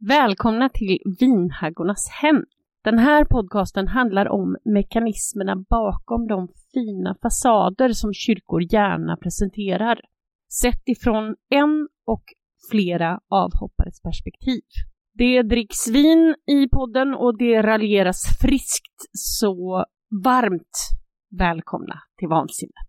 Välkomna till Vinhaggornas hem. Den här podcasten handlar om mekanismerna bakom de fina fasader som kyrkor gärna presenterar. Sett ifrån en och flera avhoppares perspektiv. Det dricks vin i podden och det raljeras friskt, så varmt välkomna till vansinnet.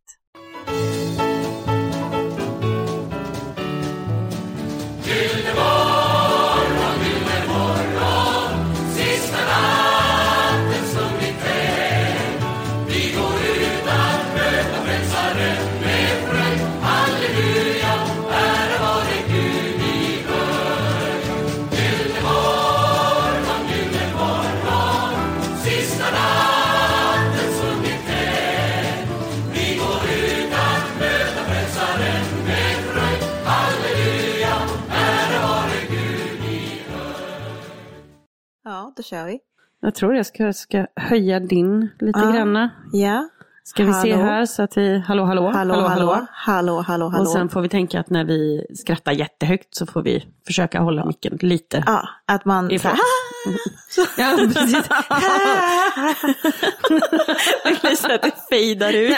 Ja, då kör vi. Jag tror jag ska höja din lite granna. Ja. Ska vi se här så att vi... Hallå. Och sen får vi tänka att när vi skrattar jättehögt så får vi försöka hålla micken lite. Ja, att man... Ja, precis. Det så att det fejdar ut.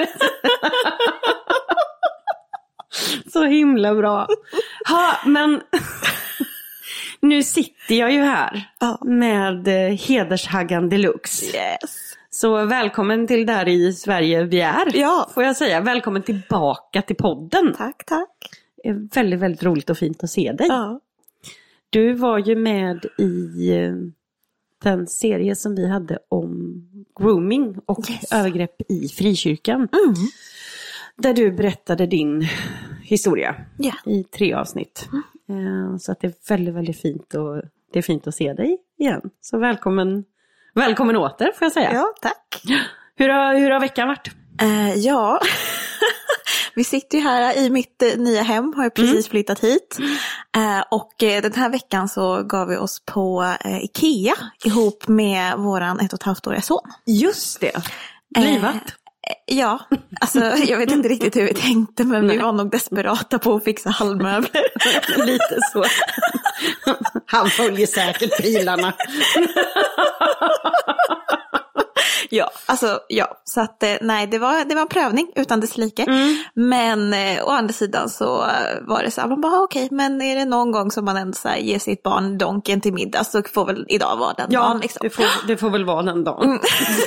Så himla bra. Ha, men... Nu sitter jag ju här med Hedershaggan Deluxe. Yes. Så välkommen till där i Sverige vi är. Ja. Får jag säga. Välkommen tillbaka till podden. Tack. Det är väldigt, väldigt roligt och fint att se dig. Ja. Du var ju med i den serie som vi hade om grooming och övergrepp i frikyrkan. Mm. Där du berättade din historia i 3 avsnitt. Så att det är väldigt, väldigt fint och det är fint att se dig igen. Så välkommen åter får jag säga. Ja, tack. Hur har veckan varit? Ja, vi sitter ju här i mitt nya hem, har jag precis flyttat hit. Och den här veckan så gav vi oss på Ikea ihop med våran 1,5-åriga son. Just det, blivat. Ja, alltså jag vet inte riktigt hur vi tänkte, men vi var nog desperata på att fixa halvmöbler. Lite så. Han följer säkert pilarna. Så att nej, det var en prövning utan dess like. Men å andra sidan så var det så här, man bara okej, men är det någon gång som man ändå så här, ger sitt barn donken till middag, så får väl idag vara den dagen liksom. Det får väl vara den dagen.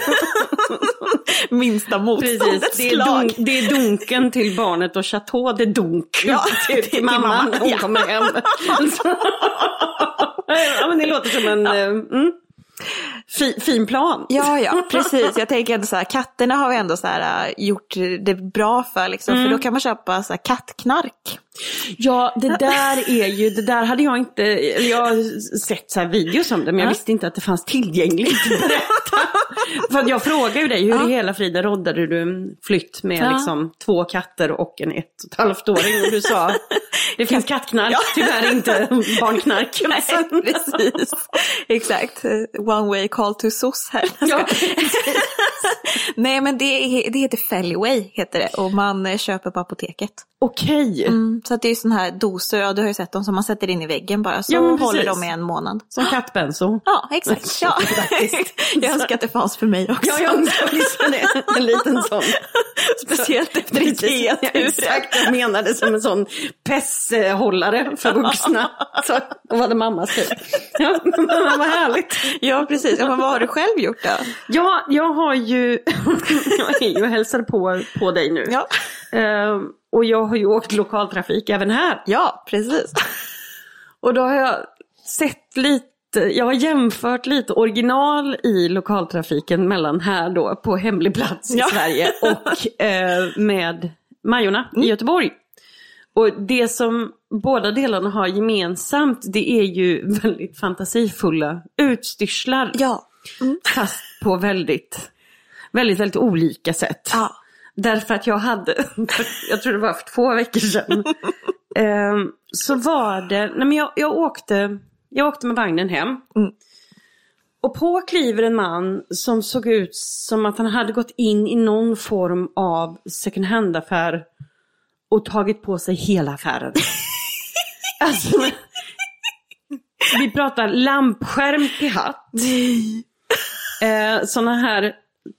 Minsta motståndets slag. Det är dunken till barnet och Chateau de Dunk till mamman när hon kommer hem. Ja, men det låter som en fin plan. Ja, precis. Jag tänker ändå så här, katterna har vi ändå så här gjort det bra för liksom, för då kan man köpa så här kattknark. Ja, det där hade jag inte, jag har sett så här videos om det, men jag visste inte att det fanns tillgängligt. För att jag frågade ju dig, hur i hela friden roddade du en flytt med liksom 2 katter och en 1,5-åring, och du sa, det finns kattknark, tyvärr inte barnknark. Nej, precis. Exakt. One way call to SOS här. Ja. Nej, men det heter Fellway heter det, och man köper på apoteket. Okej. Så att det är sån här doser, ja, du har ju sett dem som man sätter in i väggen bara, så håller de i 1 månad. Som kattbenso. Ja, exakt. Ja. Jag önskar att det fanns för mig också. Ja, jag önskar det. En liten sån. Speciellt efter Ikea. Exakt, jag menade som en sån pesshållare för vuxna. Så då var det mammas typ. Ja, men vad härligt. Ja, precis. Ja, men vad har du själv gjort då? Ja, jag är ju hälsar på dig nu. Ja. Och jag har ju åkt lokaltrafik även här. Ja, precis. Och då har jag sett jag har jämfört lite original i lokaltrafiken mellan här då på hemlig plats i Sverige och med Majorna i Göteborg. Och det som båda delarna har gemensamt, det är ju väldigt fantasifulla utstyrslar. Ja. Fast på väldigt, väldigt, väldigt olika sätt. Ja. Därför att jag tror det var för 2 veckor sedan, så var det, nej men jag åkte med vagnen hem. Och på kliver en man som såg ut som att han hade gått in i någon form av second hand-affär och tagit på sig hela affären. Alltså, Vi pratar lampskärm till hatt. Nej. Såna här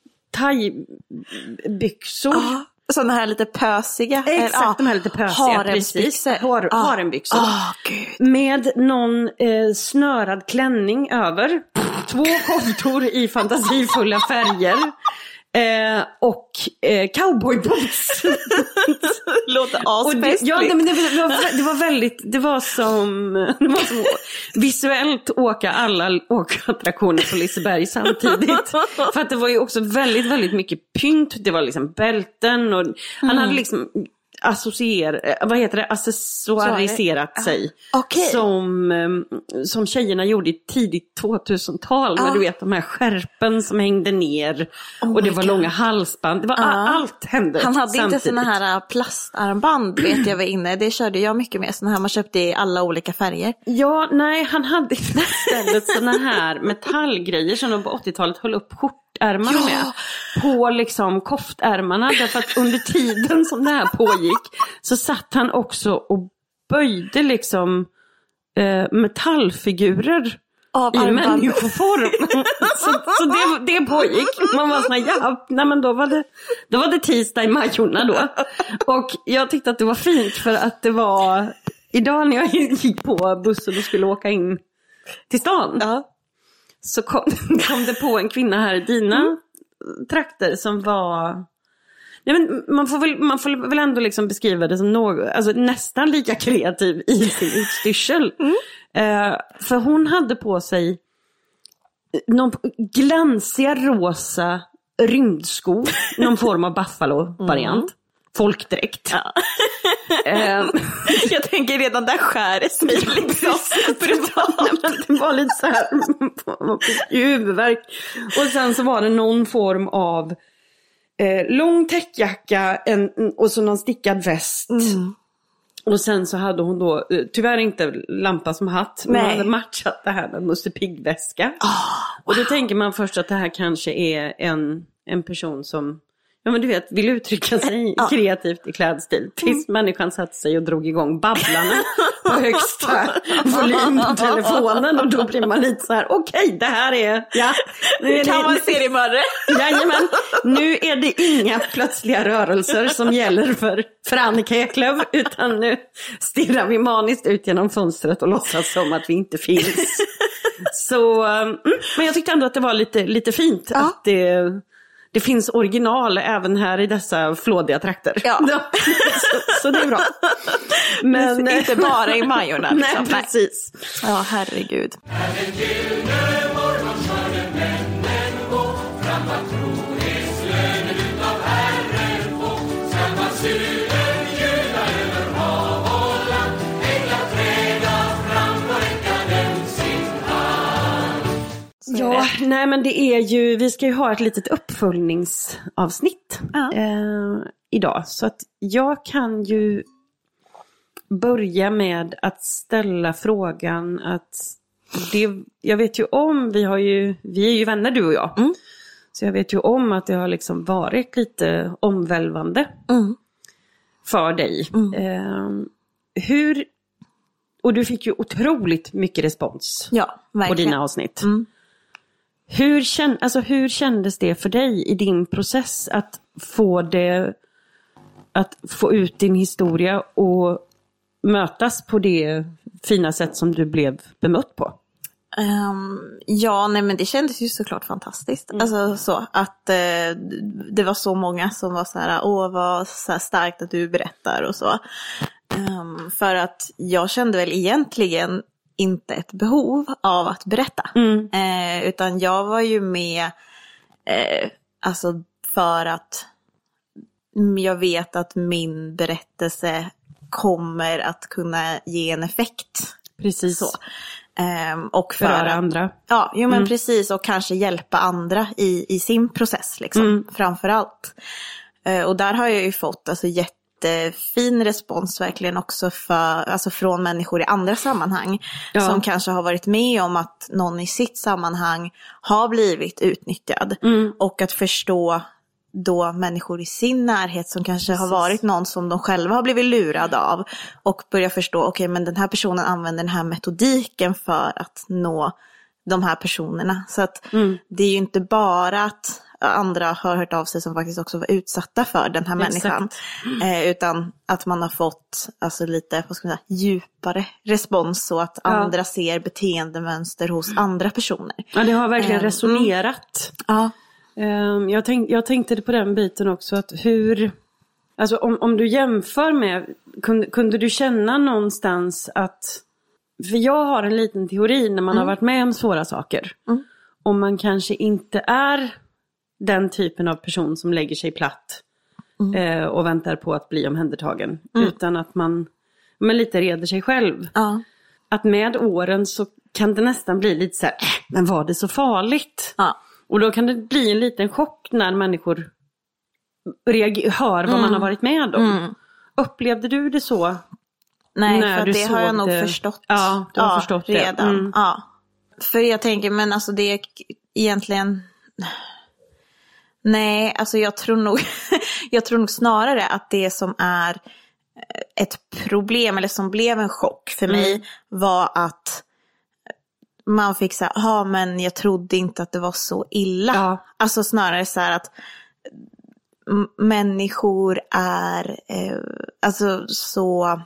thaibyxor. Såna här lite pösiga. Exakt, de här lite pösiga. Precis. Harembyxor. Gud. Med någon snörad klänning över. 2 koftor i fantasifulla färger. Och cowboyboots. Låter asfestligt. Ja, men det var väldigt, det var som visuellt åka alla åkattraktioner på Liseberg samtidigt. För att det var ju också väldigt, väldigt mycket pynt. Det var liksom bälten och han hade liksom accessoariserat sig. Okay. Som tjejerna gjorde i tidigt 2000-tal. När du vet de här skärpen som hängde ner. Och det var långa halsband. Det var allt hände. Han hade samtidigt. inte såna här plastarmband vet jag var inne. Det körde jag mycket med. Såna här man köpte i alla olika färger. Ja, nej han hade istället såna här metallgrejer som de på 80-talet höll upp skjortärmarna med. På liksom koftärmarna. Därför att under tiden som det här pågick så satt han också och böjde liksom metallfigurer i människoform. så det pågick. Man var sån här, nej men då var det tisdag i Majorna då. Och jag tyckte att det var fint för att det var idag när jag gick på bussen och skulle åka in till stan. Så kom det på en kvinna här i dina trakter som var... Nej, men man får väl ändå liksom beskriva det som nästan lika kreativ i sin utstyrsel. För hon hade på sig någon glansiga rosa rymdsko, någon form av Buffalo-variant. Folkdräkt. Ja. Jag tänker redan där skär det sig liksom. Det var lite så här huvudvärk. Och sen så var det någon form av lång täckjacka och så någon stickad väst. Och sen så hade hon då tyvärr inte lampa som hatt. Men hon hade matchat det här med Musse Pigg-väska. Och då tänker man först att det här kanske är en person som men du vet, vill uttrycka sig kreativt i klädstil. Tills människan satte sig och drog igång babblarna på högsta volym på telefonen. Och då blir man lite så här, okej, det här är... Ja, nu kan man se det imorgon. Jajamän, nu är det inga plötsliga rörelser som gäller för Annika Eklöf. Utan nu stirrar vi maniskt ut genom fönstret och låtsas som att vi inte finns. Så, men jag tyckte ändå att det var lite fint att det finns original även här i dessa flådiga trakter. Ja. så det är bra. Men inte bara i Majorna. Liksom. Nej, precis. Ja, herregud. Ja, nej men det är ju, vi ska ju ha ett litet uppföljningsavsnitt idag. Så att jag kan ju börja med att ställa frågan att jag vet ju om, vi är ju vänner du och jag. Så jag vet ju om att det har liksom varit lite omvälvande för dig. Och du fick ju otroligt mycket respons på dina avsnitt. Hur kändes det för dig i din process att få ut din historia och mötas på det fina sätt som du blev bemött på? Men det kändes ju såklart fantastiskt. Alltså så att det var så många som var så här, vad så här starkt att du berättar och så. För att jag kände väl egentligen inte ett behov av att berätta. Utan jag var ju med alltså för att jag vet att min berättelse kommer att kunna ge en effekt. Precis. Så. Och för andra. Ja, men precis. Och kanske hjälpa andra i sin process liksom, framförallt. Och där har jag ju fått alltså jättefin respons verkligen också från människor i andra sammanhang. Som kanske har varit med om att någon i sitt sammanhang har blivit utnyttjad. Och att förstå då människor i sin närhet som kanske har varit någon som de själva har blivit lurade av och börjar förstå, okej, men den här personen använder den här metodiken för att nå de här personerna. Så att det är ju inte bara att andra har hört av sig som faktiskt också var utsatta för den här människan. Utan att man har fått alltså lite, vad ska man säga, djupare respons så att andra ser beteendemönster hos andra personer. Ja, det har verkligen resonerat. Ja. Jag tänkte på den biten också, att hur, alltså om du jämför med, kunde du känna någonstans att, för jag har en liten teori när man har varit med om svåra saker. Om man kanske inte är den typen av person som lägger sig platt och väntar på att bli omhändertagen. Utan att man lite reder sig själv. Att med åren så kan det nästan bli lite så här, men var det så farligt? Och då kan det bli en liten chock när människor hör vad man har varit med om. Upplevde du det så? Nej, för det har jag nog förstått. Ja, du har förstått det. Redan. Ja. För jag tänker, men alltså det är egentligen... Nej, alltså jag tror nog snarare att det som är ett problem, eller som blev en chock för mig, var att man fick säga, men jag trodde inte att det var så illa. Alltså snarare så här att människor är alltså så...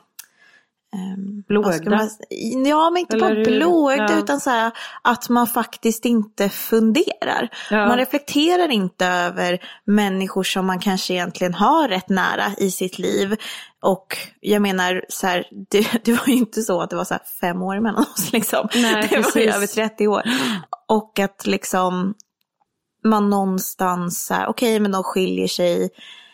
blåögda. Ja, men inte bara blåögda utan så här att man faktiskt inte funderar. Man reflekterar inte över människor som man kanske egentligen har rätt nära i sitt liv. Och jag menar så här, det var ju inte så att det var så här 5 år mellan oss liksom. Nej, det var ju över 30 år. Och att liksom man någonstans så här, okej, men de skiljer sig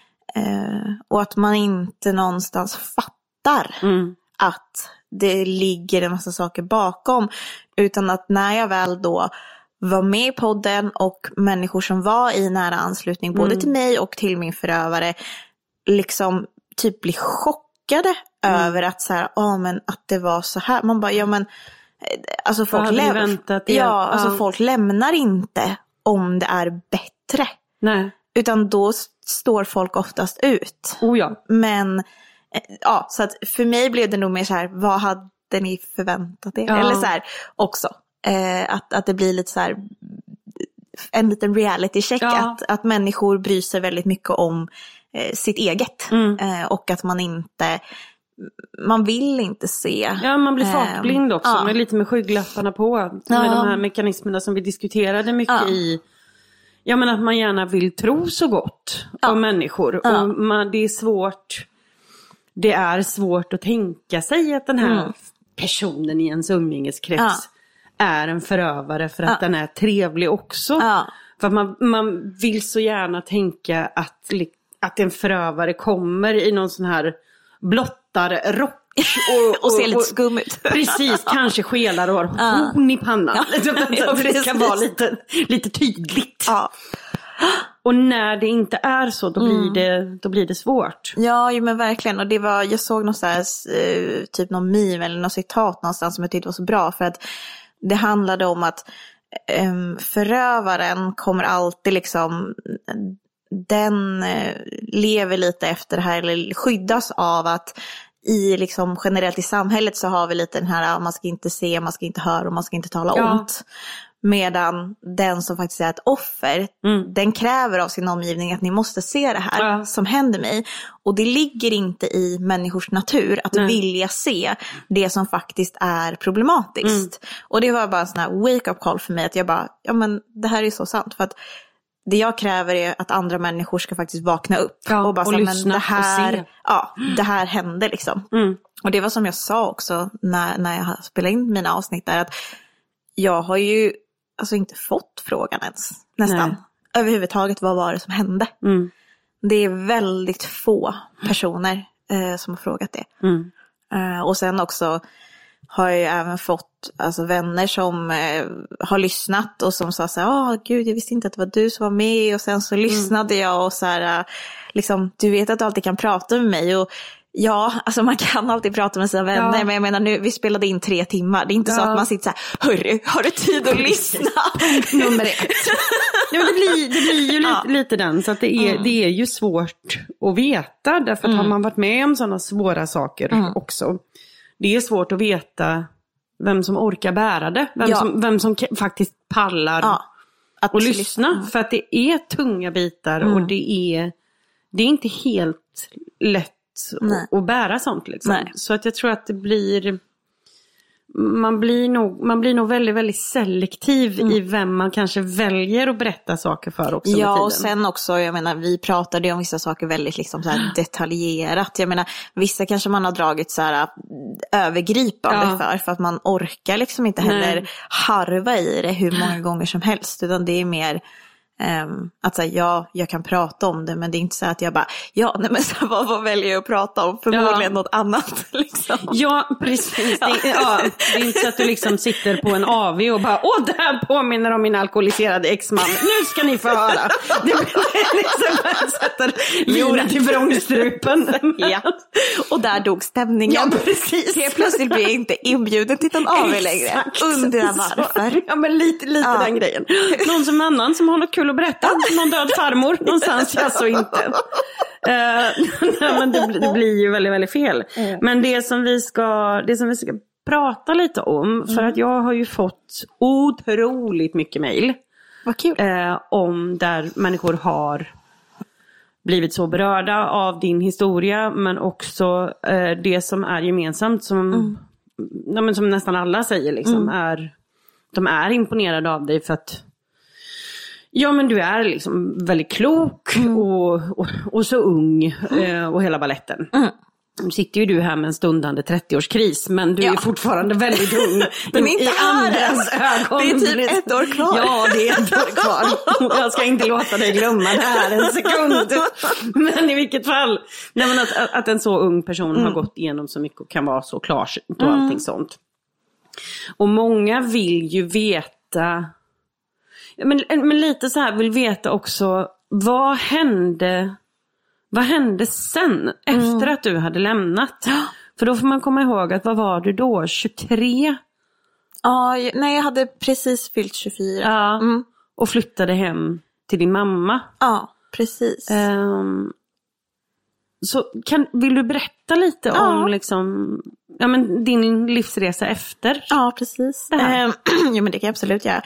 och att man inte någonstans fattar att det ligger en massa saker bakom, utan att när jag väl då var med i podden och människor som var i nära anslutning både till mig och till min förövare liksom typ blir chockade över att så här, men att det var så här. Man bara, alltså folk lämnar inte om det är bättre. Nej. Utan då står folk oftast ut. Men så att för mig blev det nog mer så här, vad hade ni förväntat er? Eller så här också. Att det blir lite så här en liten reality check. Att människor bryr sig väldigt mycket om sitt eget. Och att man vill inte se. Ja, man blir fartblind också. Med lite med skygglapparna på. Med de här mekanismerna som vi diskuterade mycket i. Ja, men att man gärna vill tro så gott om människor. Och det är svårt. Det är svårt att tänka sig att den här personen i ens umgängeskrets är en förövare för att den är trevlig också. För man vill så gärna tänka att en förövare kommer i någon sån här blottarrock. Och ser lite skum ut. Precis, kanske skelar och har horn i pannan. Det ska vara lite tydligt. Och när det inte är så, då blir det svårt. Ja, men verkligen. Och det var, jag såg någon så här, typ någon meme eller något citat någonstans som jag tyckte var så bra. För att det handlade om att förövaren kommer alltid liksom, den lever lite efter det här, eller skyddas av att i liksom generellt i samhället så har vi lite den här, man ska inte se, man ska inte höra och man ska inte tala ont. Medan den som faktiskt är ett offer, den kräver av sin omgivning att ni måste se det här som händer mig. Och det ligger inte i människors natur att vilja se det som faktiskt är problematiskt. Och det var bara en sån här wake-up call för mig, att jag bara, men det här är så sant. För att det jag kräver är att andra människor ska faktiskt vakna upp och bara säga, men det här, det här hände liksom. Och det var som jag sa också när jag spelade in mina avsnitt där, att jag har ju alltså inte fått frågan ens nästan. Överhuvudtaget, vad var det som hände? Det är väldigt få personer som har frågat det. Och sen också har jag ju även fått alltså, vänner som har lyssnat och som sa så här, gud, jag visste inte att det var du som var med. Och sen så lyssnade jag och så här, liksom, du vet att du alltid kan prata med mig. Och ja, alltså man kan alltid prata med sina vänner, men jag menar nu, vi spelade in 3 timmar. Det är inte så att man sitter så här, hörru, har du tid att lyssna? Nummer 1. det blir ju lite den. Så att det är ju svårt att veta. Därför att har man varit med om sådana svåra saker också. Det är svårt att veta vem som orkar bära det. Vem som faktiskt pallar att lyssna. För att det är tunga bitar och det är inte helt lätt att bära sånt liksom. Så att jag tror att det blir... Man blir nog väldigt, väldigt selektiv i vem man kanske väljer att berätta saker för också. Ja, och sen också, jag menar, vi pratade om vissa saker väldigt liksom så här detaljerat. Jag menar, vissa kanske man har dragit så här övergripande för att man orkar liksom inte heller harva i det hur många gånger som helst, utan det är mer... att säga, jag kan prata om det, men det är inte så att jag bara, men så vad väljer jag att prata om? Förmodligen något annat liksom. Ja, precis. Det är inte så att du liksom sitter på en AV och bara, det här påminner om min alkoholiserade exman. Nu ska ni få höra. Det blir liksom bara sätter jordet i vrångstrupen. Och där dog stämningen. Ja, precis. Helt plötsligt blir jag inte inbjuden till någon AV längre. Undrar varför. Ja, men lite den grejen. Någon som annan som har något kul att berätta, någon död farmor någonstans, alltså inte. Men det blir ju väldigt, väldigt fel. Men det som vi ska prata lite om, för att jag har ju fått otroligt mycket mejl. Vad kul. Om där människor har blivit så berörda av din historia, men också det som är gemensamt som nästan alla säger liksom, de är imponerade av dig för att men du är liksom väldigt klok och så ung och hela balletten. Nu sitter ju du här med en stundande 30-årskris, men du är fortfarande väldigt ung. Den är inte andras ögon. Det är typ 1 år kvar. Ja, det är 1 år kvar. Jag ska inte låta dig glömma det här en sekund. Men i vilket fall, att en så ung person har gått igenom så mycket och kan vara så klarsynt och allting sånt. Och många vill ju veta... Men lite så här vill veta också, vad hände sen efter att du hade lämnat? För då får man komma ihåg att vad var du då? 23? Ja, nej, jag hade precis fyllt 24. Ja, och flyttade hem till din mamma. Ja, precis. Så vill du berätta lite om liksom, din livsresa efter? Ja, precis. Men det kan jag absolut göra.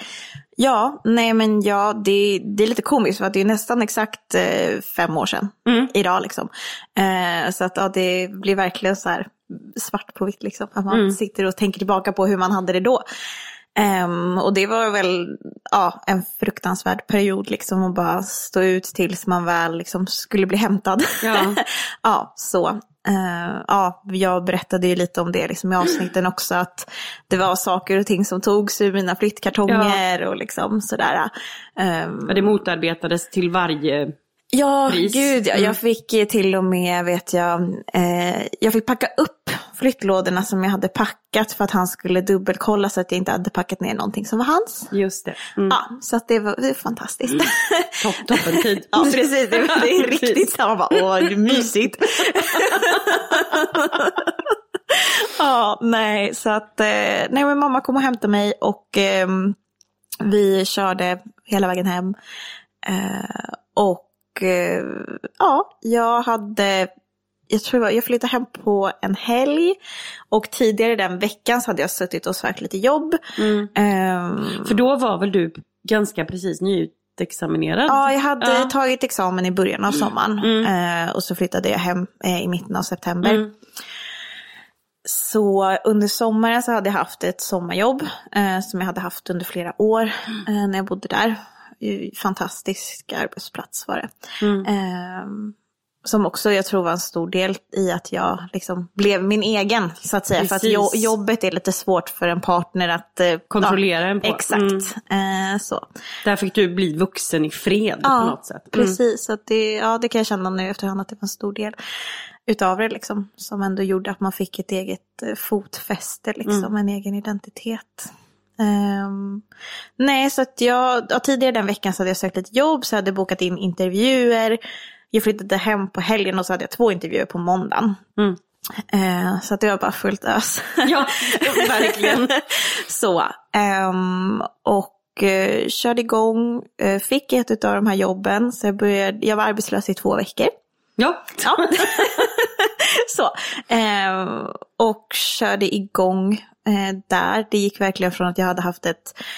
Det är lite komiskt för att det är nästan exakt 5 år sedan idag liksom. Så att det blir verkligen så här svart på vitt liksom. Att man sitter och tänker tillbaka på hur man hade det då. Och det var väl en fruktansvärd period liksom, att bara stå ut tills man väl liksom skulle bli hämtad. Så. Jag berättade ju lite om det liksom i avsnitten också, att det var saker och ting som togs ur mina flyttkartonger och liksom sådär. Det motarbetades till varje pris. Gud, jag fick till och med, jag fick packa upp flyttlådorna som jag hade packat för att han skulle dubbelkolla så att jag inte hade packat ner någonting som var hans. Just det. Så att det var fantastiskt. Toppen tid. Ja, precis. Det är riktigt så. Man bara, det är mysigt. Så att men mamma kom och hämtade mig och vi körde hela vägen hem. Jag flyttade hem på en helg och tidigare den veckan så hade jag suttit och sökt lite jobb. För då var väl du ganska precis nyutexaminerad? Ja, jag hade tagit examen i början av sommaren och så flyttade jag hem i mitten av september. Så under sommaren så hade jag haft ett sommarjobb som jag hade haft under flera år när jag bodde där. Fantastisk arbetsplats var det. Som också jag tror var en stor del i att jag liksom blev min egen så att säga. Precis. För att jobbet är lite svårt för en partner att kontrollera en på. Exakt. Så. Där fick du bli vuxen i fred på något sätt. Precis. Så att det kan jag känna nu efterhand att det var en stor del utav det liksom, som ändå gjorde att man fick ett eget fotfäste liksom, en egen identitet. Så att tidigare den veckan så hade jag sökt ett jobb, så hade jag bokat in intervjuer. Jag flyttade hem på helgen och så hade jag 2 intervjuer på måndagen. Så att det var bara fullt ös. Ja, verkligen. Så. Och körde igång, fick ett av de här jobben. Så jag var arbetslös i 2 veckor. Ja. Så, och körde igång där. Det gick verkligen från att jag hade haft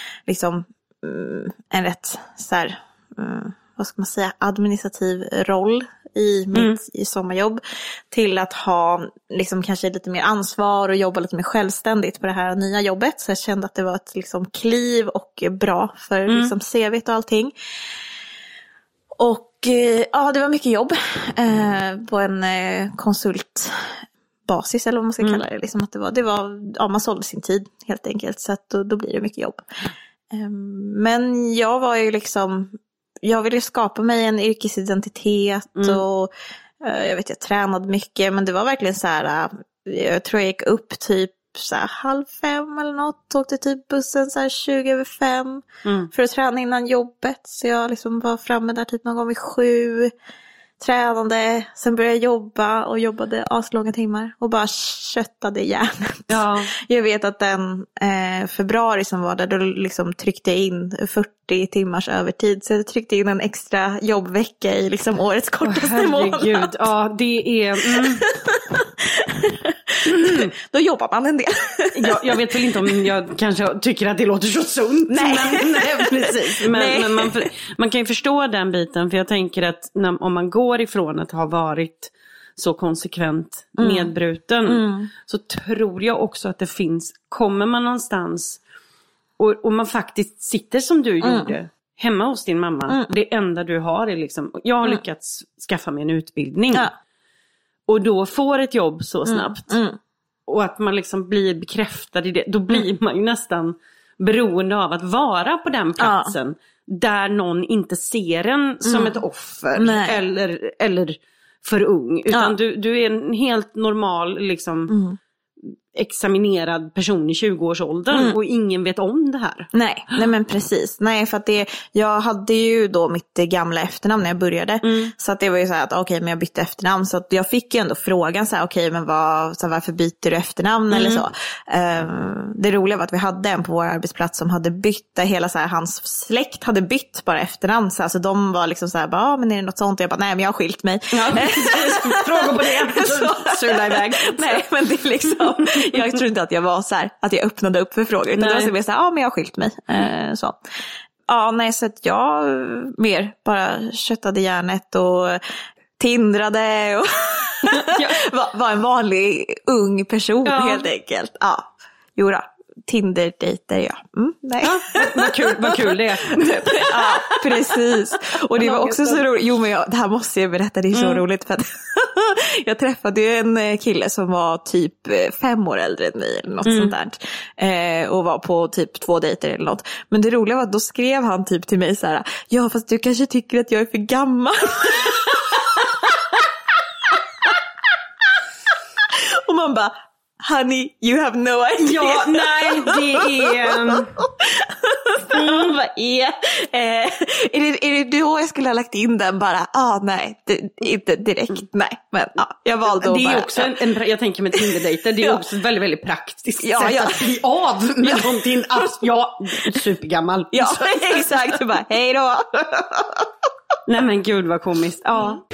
en rätt så här, vad ska man säga, administrativ roll i mitt sommarjobb till att ha liksom kanske lite mer ansvar och jobba lite mer självständigt på det här nya jobbet. Så jag kände att det var ett liksom kliv och bra för liksom CV:t och allting. Och ja, det var mycket jobb på en konsultbasis eller vad man ska kalla det. Liksom att det var ja, man sålde sin tid helt enkelt, så att då blir det mycket jobb. Men jag var ju liksom, jag ville skapa mig en yrkesidentitet och jag tränade mycket, men det var verkligen så här, jag tror jag gick upp typ så här 4:30 eller något, åkte typ bussen så här 5:20 för att träna innan jobbet, så jag liksom var framme där typ någon gång vid 7, tränade, sen började jag jobba och jobbade aslånga timmar och bara köttade hjärnet. Ja. Jag vet att den februari som var där, då liksom tryckte jag in 40 timmars övertid, så jag tryckte in en extra jobbvecka i liksom årets kortaste månad. Herregud, ja det är... Då jobbar man en del. Jag vet väl inte om jag kanske tycker att det låter så sunt. Nej, precis. Men man kan ju förstå den biten, för jag tänker att om man går ifrån att ha varit så konsekvent nedbruten så tror jag också att det finns, kommer man någonstans och man faktiskt sitter som du gjorde hemma hos din mamma, det enda du har är liksom, jag har lyckats skaffa mig en utbildning och då får ett jobb så snabbt och att man liksom blir bekräftad i det, då blir man ju nästan beroende av att vara på den platsen där någon inte ser en som ett offer eller för ung, utan du är en helt normal liksom examinerad person i 20-årsåldern och ingen vet om det här. Nej men precis. Nej, för att jag hade ju då mitt gamla efternamn när jag började. Så att det var ju så här att okej, men jag bytte efternamn, så att jag fick ju ändå frågan så här, okej, men varför byter du efternamn eller så. Det roliga var att vi hade en på vår arbetsplats som hade bytt, hela så här, hans släkt hade bytt bara efternamn, så alltså de var liksom så här, men är det något sånt? Och jag bara, nej, men jag har skilt mig. Ja, fråga på det. Sula iväg. Nej, men det är liksom, jag tror inte att jag var så här, att jag öppnade upp för frågor, utan det var så mer så här, men jag har skilt mig. Så. Ja, nej, så att jag mer bara köttade hjärnet och tindrade och var en vanlig ung person helt enkelt. Ja, jodå. Tinder-dejter, nej. Vad kul det är. Ja, precis. Och det var också så roligt. Jo, men det här måste jag berätta, det är så roligt för att jag träffade en kille som var typ 5 år äldre än mig eller något sånt där. Och var på typ 2 dejter eller något. Men det roliga var att då skrev han typ till mig så här: ja, fast du kanske tycker att jag är för gammal. Och man bara, honey, you have no idea. Ja, nej, det är... Vad är det då jag skulle ha lagt in den bara? Nej, inte direkt, nej. Men jag valde att det är också jag tänker med Tinder-dejter, det är också väldigt, väldigt praktiskt sätt att bli av med någonting. Supergammal. Ja, exakt. Du bara, hej då. Nej men gud vad komiskt. Ja.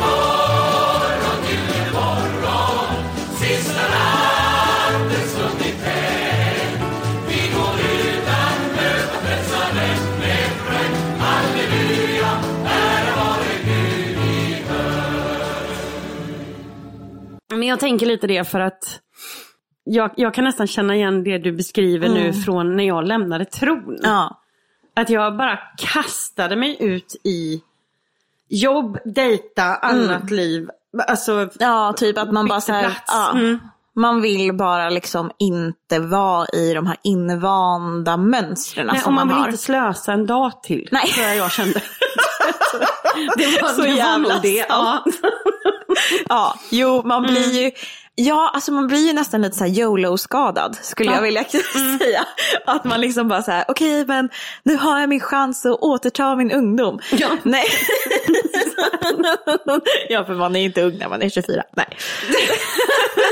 Men jag tänker lite det för att jag kan nästan känna igen det du beskriver nu från när jag lämnade tron. Ja. Att jag bara kastade mig ut i jobb, dejta, annat liv. Alltså, ja, typ att man bara så här, man vill bara liksom inte vara i de här invanda mönstren som man har. Man vill inte slösa en dag till. Nej. Så jag kände. Det var så jävla det. Ja, jo, man blir ju... Ja, alltså man blir ju nästan lite så här YOLO-skadad, skulle jag vilja säga. Att man liksom bara så här, okej, men nu har jag min chans att återta min ungdom. Ja. Nej. Ja, för man är inte ung när man är 24. Nej.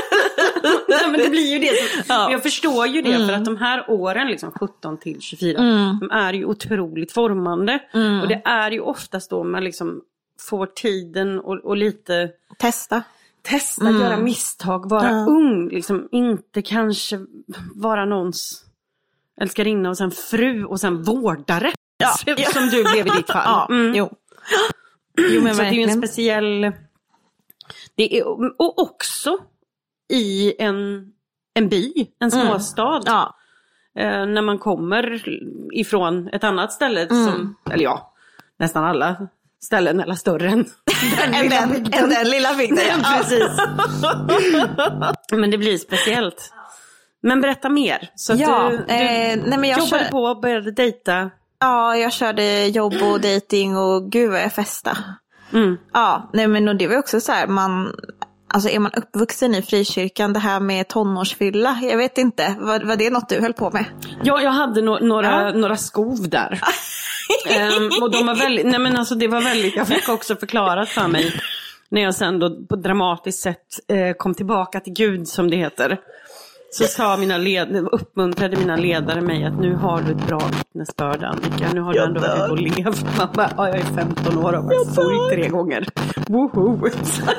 Nej, men det blir ju det. Jag förstår ju det, för att de här åren, liksom 17 till 24, de är ju otroligt formande. Och det är ju oftast då man liksom får tiden och lite... Testa, göra misstag, vara ung, liksom inte kanske vara någons älskarinna och sen fru och sen vårdare. Som du blev i ditt fall. Jo, men så det är ju en speciell... Det är, och också i en by, en småstad. När man kommer ifrån ett annat ställe som, eller nästan alla ställen eller större än den lilla bygden. Precis. Men det blir speciellt. Men berätta mer. Så att du jobbade på och började dejta. Ja, jag körde jobb och dating och gud vad jag festa. Ja, nej men och det var också så här, alltså är man uppvuxen i frikyrkan, det här med tonårsfylla, jag vet inte, var det något du höll på med? Ja, jag hade några skov där. Och de var väldigt, nej men alltså det var väldigt, jag fick också förklarat för mig när jag sen då på dramatiskt sätt kom tillbaka till Gud, som det heter. Så sa uppmuntrade mina ledare mig att nu har du ett bra vittnesbörd, Annika. Nu har du ändå varit och levt. Man bara, jag är 15 år och har varit full 3 gånger. Woho!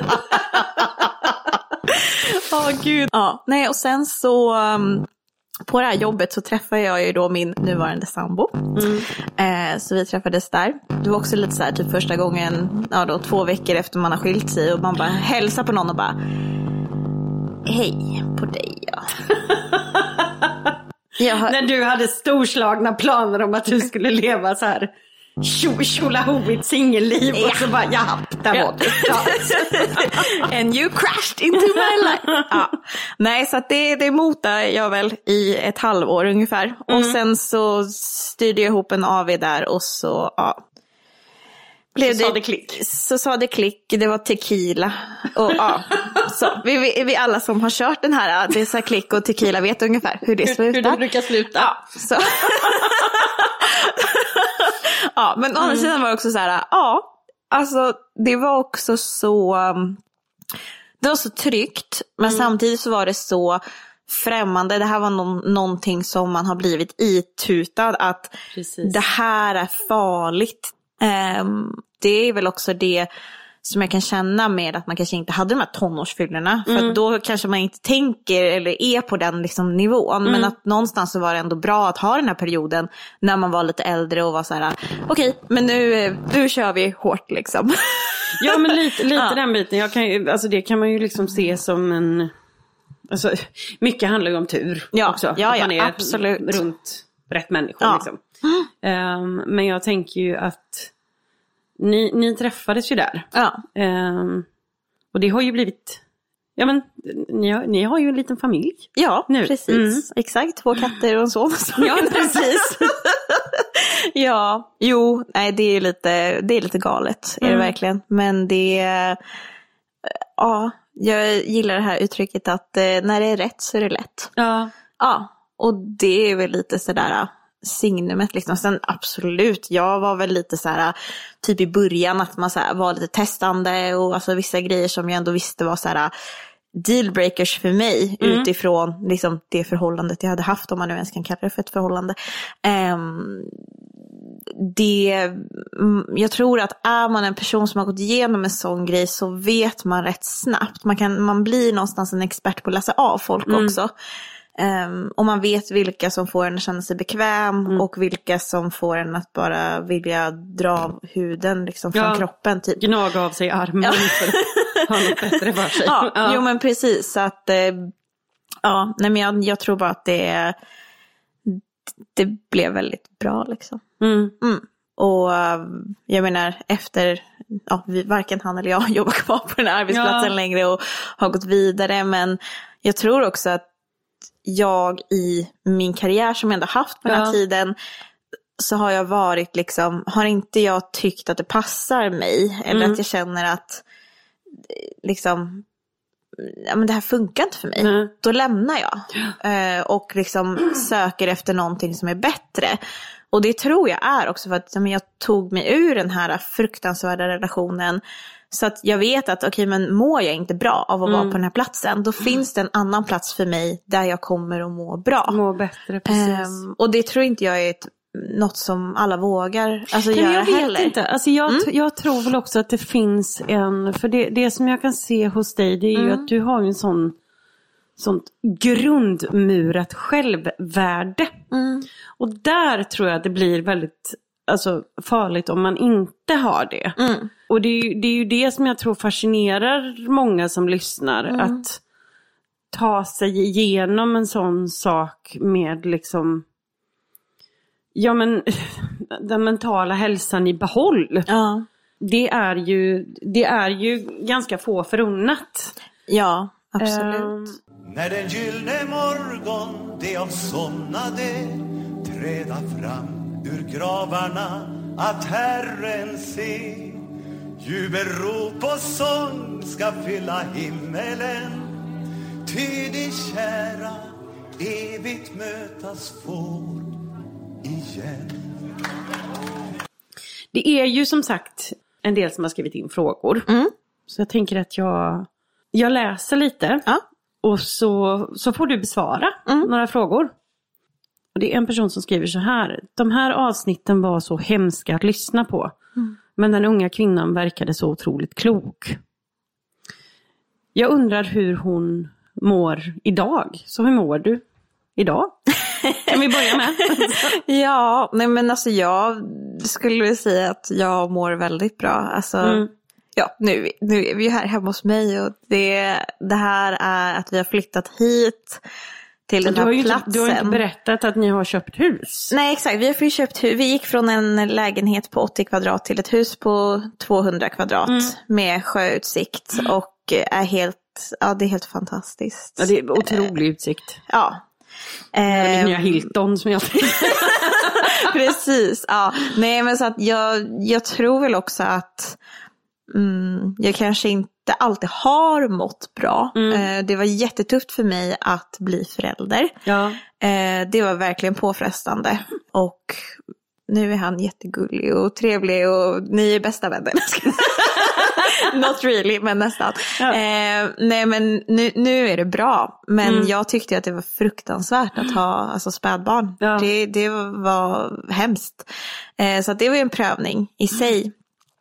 Gud. Ja, nej, och sen så på det här jobbet så träffade jag ju då min nuvarande sambo. Så vi träffades där. Det var också lite så här typ första gången, 2 veckor efter man har skilt sig, och man bara hälsar på någon och bara hej på dig, När du hade storslagna planer om att du skulle leva så här tjolahovigt singelliv, och så bara, där var det. And you crashed into my life. Nej, så att det motade jag väl i ett halvår ungefär. Och sen så styrde jag ihop en AV där, och så sa det klick. Så sa det klick, det var tequila. Och så vi alla som har kört den här, det är så klick och tequila, vet ungefär hur det slutar. Hur det brukar sluta. Så. Men å andra sidan var det också så här, alltså det var också så, det var så tryggt, men samtidigt så var det så främmande. Det här var någonting som man har blivit itutad att det här är farligt. Det är väl också det som jag kan känna med att man kanske inte hade de här tonårsfyllorna. För att då kanske man inte tänker eller är på den liksom nivån. Men att någonstans så var det ändå bra att ha den här perioden när man var lite äldre och var så här: okej, men nu kör vi hårt liksom. Ja, men lite den biten. Alltså det kan man ju liksom se som en... Alltså, mycket handlar ju om tur också. Ja, att man är absolut runt rätt människor liksom. Men jag tänker ju att ni träffades ju där. Och det har ju blivit... Ja, men ni har ju en liten familj. Ja, nu. Precis. Exakt, 2 katter och en son. Ja, precis. Ja, jo, nej, det är lite galet, är det verkligen. Men jag gillar det här uttrycket att när det är rätt så är det lätt. Ja, och det är väl lite sådär signumet liksom. Sen absolut, jag var väl lite så här typ i början att man så här var lite testande, och alltså vissa grejer som jag ändå visste var så här dealbreakers för mig utifrån liksom det förhållandet jag hade haft, om man nu ens kan kalla det för ett förhållande. Jag tror att är man en person som har gått igenom en sån grej, så vet man rätt snabbt. Man blir någonstans en expert på att läsa av folk också. Och man vet vilka som får en att känna sig bekväm och vilka som får en att bara vilja dra av huden liksom från kroppen typ. Gnaga av sig armen för att ha något bättre för sig. Jo, men precis, så att nej, men jag tror bara att det blev väldigt bra liksom. Och jag menar, efter varken han eller jag jobbar kvar på den här arbetsplatsen längre och har gått vidare, men jag tror också att jag i min karriär som jag ändå haft på den här tiden, så har jag varit liksom, har inte jag tyckt att det passar mig, eller att jag känner att liksom, ja, men det här funkar inte för mig, då lämnar jag och liksom söker efter någonting som är bättre. Och det tror jag är också för att jag tog mig ur den här fruktansvärda relationen Så att jag vet att okej, men mår jag inte bra av att vara på den här platsen, då finns det en annan plats för mig där jag kommer att må bra. Må bättre, precis. Och det tror inte jag är något som alla vågar göra jag vet heller. Inte. Alltså jag tror väl också att det finns för det som jag kan se hos dig, det är ju att du har en sånt grundmurat självvärde. Och där tror jag att det blir väldigt farligt om man inte har det. Och det är ju det som jag tror fascinerar många som lyssnar, att ta sig igenom en sån sak med liksom den mentala hälsan i behåll. Ja. Det är ju ganska få förunnat. Ja, absolut. När den gyllene morgon de avsomnade träda fram ur gravarna att Herren se, jubelrop och sång ska fylla himmelen, ty de kära evigt mötas får igen. Det är ju som sagt en del som har skrivit in frågor. Så jag tänker att jag läser lite. Ja. Och så får du besvara några frågor. Och det är en person som skriver så här: de här avsnitten var så hemska att lyssna på. Men den unga kvinnan verkade så otroligt klok. Jag undrar hur hon mår idag. Så hur mår du idag? Kan vi börja med? Ja, nej men jag skulle säga att jag mår väldigt bra. Ja, nu är vi ju här hemma hos mig och det här är att vi har flyttat hit till den här platsen. Du har inte berättat att ni har köpt hus. Nej, exakt. Vi har ju vi gick från en lägenhet på 80 kvadrat till ett hus på 200 kvadrat med sjöutsikt och det är helt fantastiskt. Ja, det är otrolig utsikt. Ja. Det nya Hilton som jag Precis, ja. Nej, men så att jag tror väl också att jag kanske inte alltid har mått bra. Det var jättetufft för mig att bli förälder. Ja. Det var verkligen påfrestande. Och nu är han jättegullig och trevlig och ni är bästa vänner. Not really, men nästan. Ja. Nej, men nu är det bra. Men jag tyckte att det var fruktansvärt att ha spädbarn. Ja. Det var hemskt. Så att det var en prövning i sig.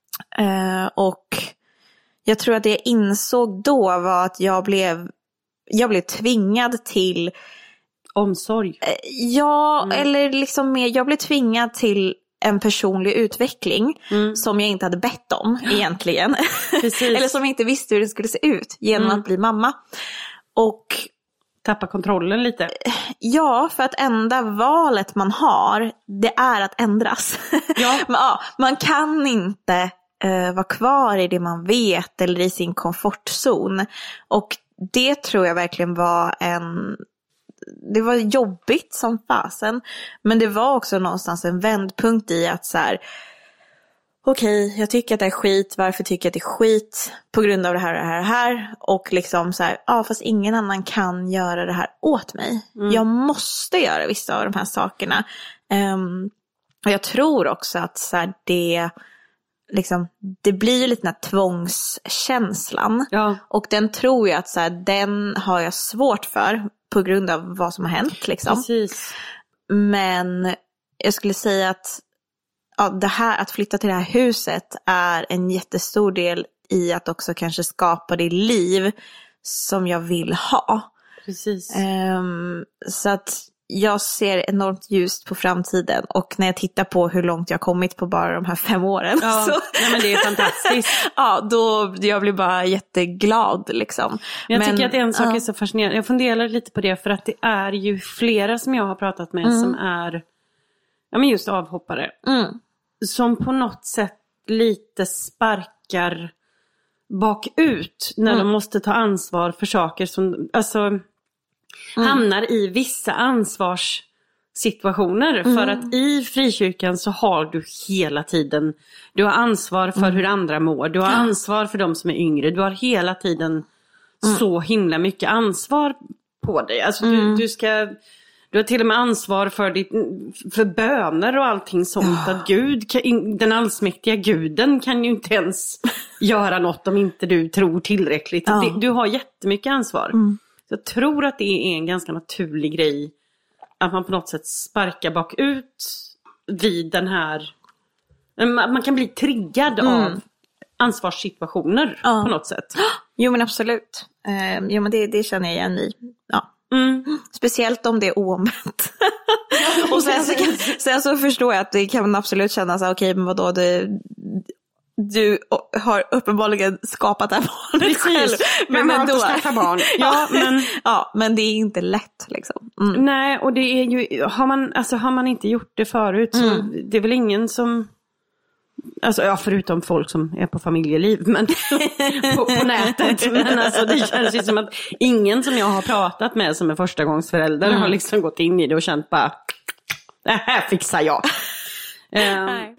Och jag tror att det jag insåg då var att jag blev tvingad till omsorg. Ja, eller liksom mer, jag blev tvingad till en personlig utveckling som jag inte hade bett om egentligen. Eller som jag inte visste hur det skulle se ut genom att bli mamma. Och tappa kontrollen lite. Ja, för att enda valet man har, det är att ändras. Ja. Men, man kan inte vara kvar i det man vet eller i sin komfortzon. Och det tror jag verkligen det var jobbigt som fasen. Men det var också någonstans en vändpunkt i att okej, jag tycker att det är skit. Varför tycker jag att det är skit? På grund av det här och det här och det här. Och liksom fast ingen annan kan göra det här åt mig. Jag måste göra vissa av de här sakerna. Och jag tror också att det blir ju lite den här tvångskänslan. Ja. Och den tror jag att den har jag svårt för på grund av vad som har hänt liksom. Precis. Men jag skulle säga att det här, att flytta till det här huset är en jättestor del i att också kanske skapa det liv som jag vill ha. Precis. Så att jag ser enormt ljust på framtiden. Och när jag tittar på hur långt jag kommit på bara de här 5 åren. Ja, nej, men det är fantastiskt. Jag blir bara jätteglad liksom. Jag tycker att en sak är så fascinerande. Jag funderar lite på det för att det är ju flera som jag har pratat med som är just avhoppare. Som på något sätt lite sparkar bakut när de måste ta ansvar för saker som hamnar i vissa ansvarssituationer. För att i frikyrkan så har du hela tiden, du har ansvar för hur andra mår, du har ansvar för de som är yngre, du har hela tiden så himla mycket ansvar på dig. Alltså du har till och med ansvar för böner och allting sånt. Att Gud, den allsmäktiga guden kan ju inte ens göra något om inte du tror tillräckligt. Ja. Du har jättemycket ansvar. Så jag tror att det är en ganska naturlig grej att man på något sätt sparkar bakut vid den här... Man kan bli triggad av ansvarssituationer på något sätt. Jo men absolut. Jo men det känner jag igen i. Ja. Speciellt om det är oomvänt. Och sen så förstår jag att det kan absolut kännas okej, men vadå, du har uppenbarligen skapat det här barnet själv. Men ändå barn. Ja, men men det är inte lätt liksom. Nej, och det är ju har man inte gjort det förut så det är väl ingen som förutom folk som är på familjeliv men på nätet, men alltså det känns ju som att ingen som jag har pratat med som är förstagångsförälder har liksom gått in i det och känt bara det här fixar jag. Nej.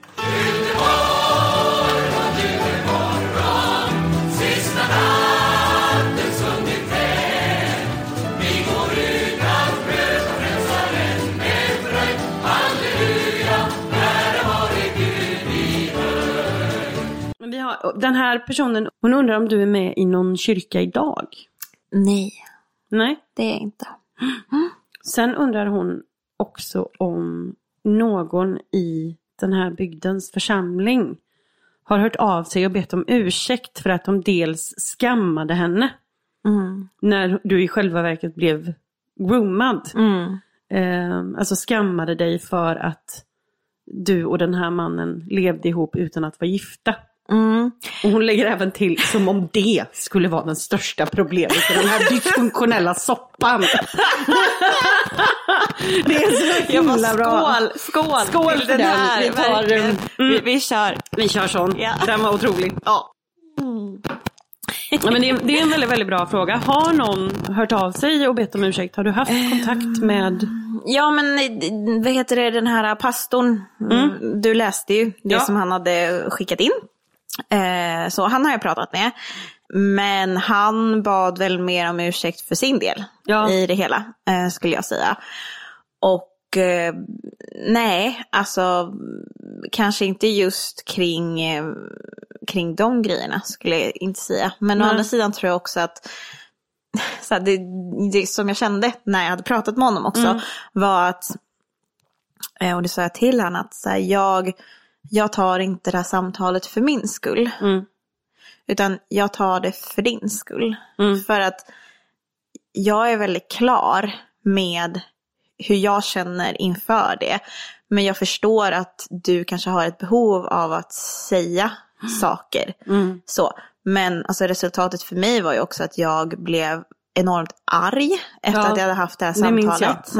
Den här personen, hon undrar om du är med i någon kyrka idag? Nej, det är jag inte. Sen undrar hon också om någon i den här bygdens församling har hört av sig och bett om ursäkt för att de dels skammade henne när du i själva verket blev groomad. Alltså skammade dig för att du och den här mannen levde ihop utan att vara gifta. Och hon lägger även till som om det skulle vara den största problemet för den här dysfunktionella soppan. Det är så himla bra. Skål till den här. Vi kör sån. Ja. Den var otrolig. Ja. Ja, men det är en väldigt, väldigt bra fråga. Har någon hört av sig och bett om ursäkt? Har du haft kontakt med... Ja, men vad heter det, den här pastorn? Du läste ju det som han hade skickat in. Så han har jag pratat med. Men han bad väl mer om ursäkt för sin del i det hela, skulle jag säga. Och nej, alltså kanske inte just kring de grejerna skulle jag inte säga. Men å andra sidan tror jag också att så här, det som jag kände när jag hade pratat med honom också var att, och det sa jag till han, att så här, jag tar inte det här samtalet för min skull. Utan jag tar det för din skull. För att jag är väldigt klar med hur jag känner inför det. Men jag förstår att du kanske har ett behov av att säga saker. Så. Men alltså, resultatet för mig var ju också att jag blev enormt arg efter att jag hade haft det här samtalet.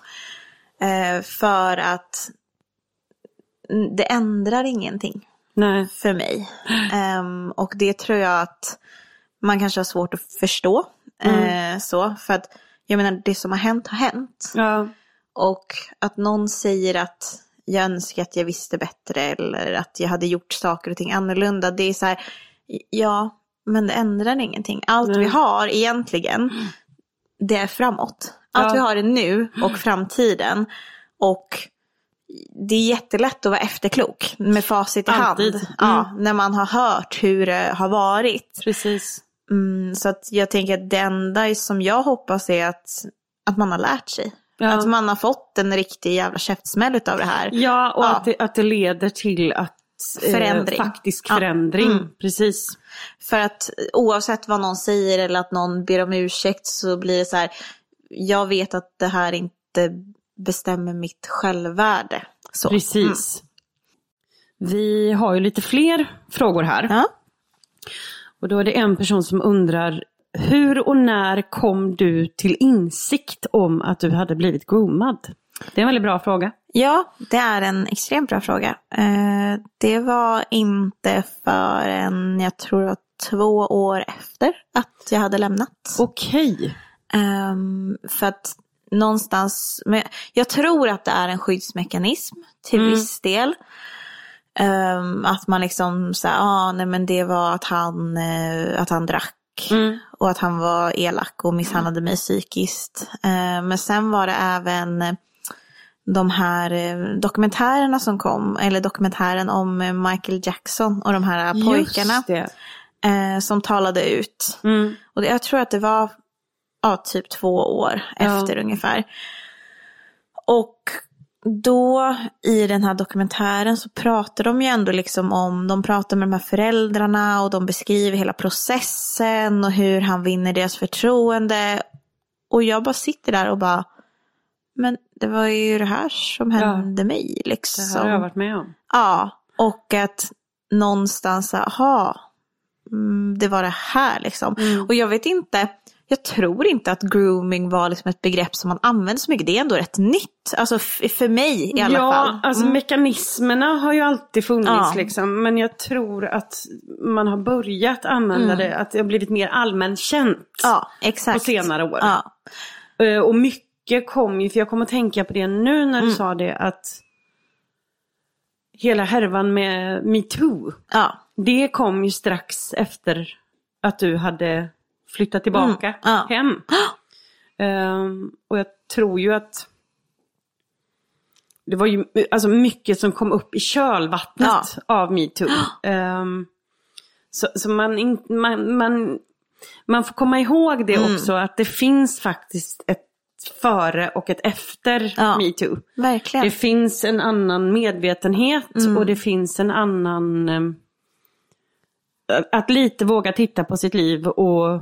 För att det ändrar ingenting för mig. Och det tror jag att man kanske har svårt att förstå. Så, för att jag menar, det som har hänt har hänt. Och att någon säger att jag önskar att jag visste bättre eller att jag hade gjort saker och ting annorlunda. Det är så här, ja, men det ändrar ingenting. Allt vi har egentligen, det är framåt. Allt vi har är nu och framtiden. Och det är jättelätt att vara efterklok med facit i hand. När man har hört hur det har varit. Precis. Så att jag tänker att det enda som jag hoppas är att man har lärt sig. Att man har fått en riktig jävla käftsmäll av det här. Ja, och att det leder till att faktisk förändring. Precis. För att oavsett vad någon säger eller att någon ber om ursäkt, så blir det så här: jag vet att det här inte bestämmer mitt självvärde. Så. Precis. Vi har ju lite fler frågor här. Och då är det en person som undrar: hur och när kom du till insikt om att du hade blivit groomad? Det är en väldigt bra fråga. Ja, det är en extremt bra fråga. Det var inte förrän jag tror det var 2 år efter att jag hade lämnat. Okej. För att någonstans, men jag tror att det är en skyddsmekanism till viss del. Att man liksom säger, nej men det var att han drack. Och att han var elak och misshandlade mig psykiskt. Men sen var det även de här dokumentärerna som kom, eller dokumentären om Michael Jackson och de här pojkarna som talade ut. Och jag tror att det var typ 2 år efter ungefär. Och då i den här dokumentären så pratar de ju ändå liksom om, de pratar med de här föräldrarna och de beskriver hela processen och hur han vinner deras förtroende. Och jag bara sitter där och bara, men det var ju det här som hände mig liksom. Det här har jag varit med om. Ja, och att någonstans, det var det här liksom. Och jag vet inte, jag tror inte att grooming var liksom ett begrepp som man använder så mycket. Det är ändå rätt nytt. Alltså för mig i alla fall. Ja, alltså mekanismerna har ju alltid funnits liksom. Men jag tror att man har börjat använda det. Att det har blivit mer allmänkänt på senare år. Ja. Och mycket kom ju, för jag kommer att tänka på det nu när du sa det, att hela härvan med MeToo. Det kom ju strax efter att du hade flyttat tillbaka hem. Och jag tror ju att det var ju alltså mycket som kom upp i kölvattnet av MeToo. Så man får komma ihåg det också, att det finns faktiskt ett före och ett efter MeToo. Verkligen. Det finns en annan medvetenhet och det finns en annan att lite våga titta på sitt liv och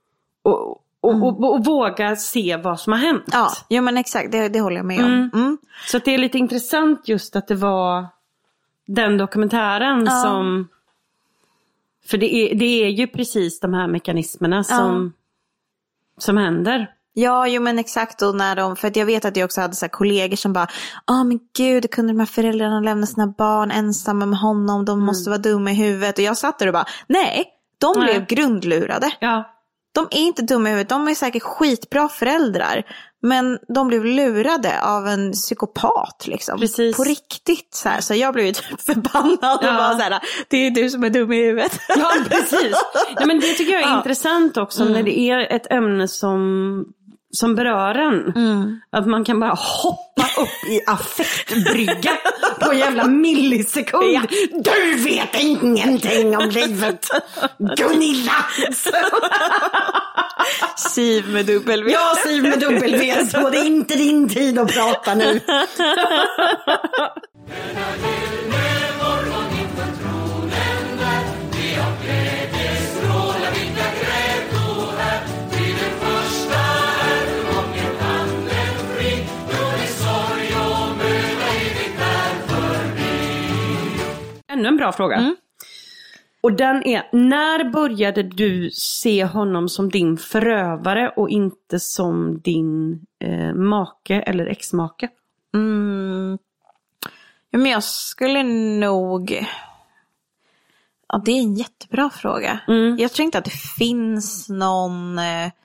våga se vad som har hänt. Ja, men exakt, det håller jag med om. Så att det är lite intressant just att det var den dokumentären som, för det är ju precis de här mekanismerna som händer. Ja, jo men exakt. Och för att jag vet att jag också hade så här kollegor som bara, men gud, kunde de här föräldrarna lämna sina barn ensamma med honom? De måste vara dumma i huvudet. Och jag satt där och bara, nej, de blev grundlurade. Ja. De är inte dumma i huvudet. De är säkert skitbra föräldrar. Men de blev lurade av en psykopat liksom. Precis. På riktigt så här. Så jag blev ju typ förbannad och bara så här, det är du som är dum i huvudet. Ja, precis. Nej, men det tycker jag är intressant också när det är ett ämne som berör en. Att man kan bara hoppa upp i affektbrygga på en jävla millisekund. Du vet ingenting om livet, Gunilla. Siv med W. Ja, Siv med W. Så det är inte din tid att prata nu. Ännu en bra fråga. Och den är, när började du se honom som din förövare och inte som din make eller exmake? Ja, men jag skulle nog... Ja, det är en jättebra fråga. Jag tror inte att det finns någon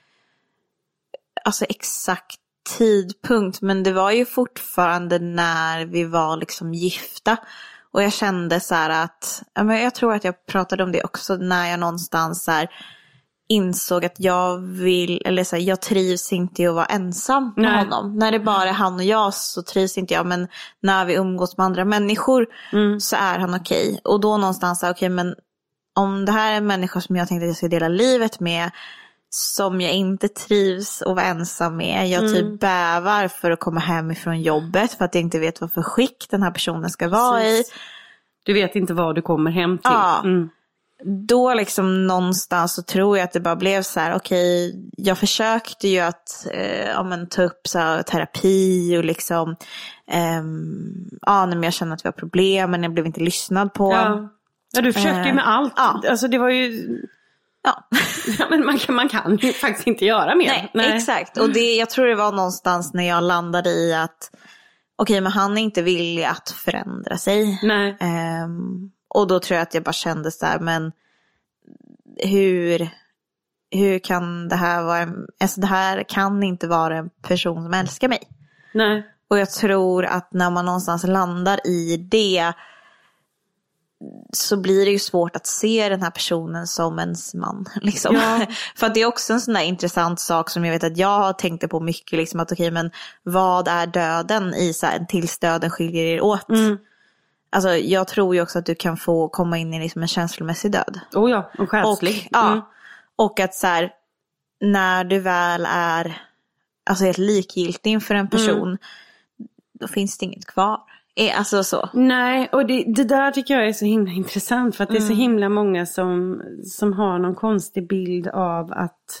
exakt tidpunkt. Men det var ju fortfarande när vi var liksom gifta. Och jag kände så här att, jag tror att jag pratade om det också när jag någonstans så här insåg att jag trivs inte i att vara ensam med honom. När det bara är han och jag så trivs inte jag, men när vi umgås med andra människor så är han okej. Och då någonstans okej, men om det här är en människa som jag tänkte att jag ska dela livet med, som jag inte trivs att vara ensam med. Jag typ bävar för att komma hem ifrån jobbet för att jag inte vet vad för skick den här personen ska vara i. Du vet inte vad du kommer hem till. Ja. Då liksom någonstans så tror jag att det bara blev så här, okej, jag försökte ju att ta upp så här, terapi och liksom när jag kände att vi har problem, men jag blev inte lyssnad på. Ja, du försökte ju med allt. Alltså det var ju... Ja, men man kan ju faktiskt inte göra mer. Nej. Exakt. Och jag tror det var någonstans när jag landade i att okej, men han är inte villig att förändra sig. Nej. Och då tror jag att jag bara kände så här, men hur kan det här vara det här kan inte vara en person som älskar mig. Nej. Och jag tror att när man någonstans landar i det, så blir det ju svårt att se den här personen som ens man. Liksom. Ja. För att det är också en sån där intressant sak som jag vet att jag har tänkt på mycket. Liksom, att okej, men vad är döden i så här, tills döden skiljer er åt? Alltså jag tror ju också att du kan få komma in i liksom en känslomässig död. Oh ja, en själslig. Och att så här, när du väl är alltså helt likgiltig inför en person, då finns det inget kvar. Alltså så. Nej, och det där tycker jag är så himla intressant. För att det är så himla många som har någon konstig bild av att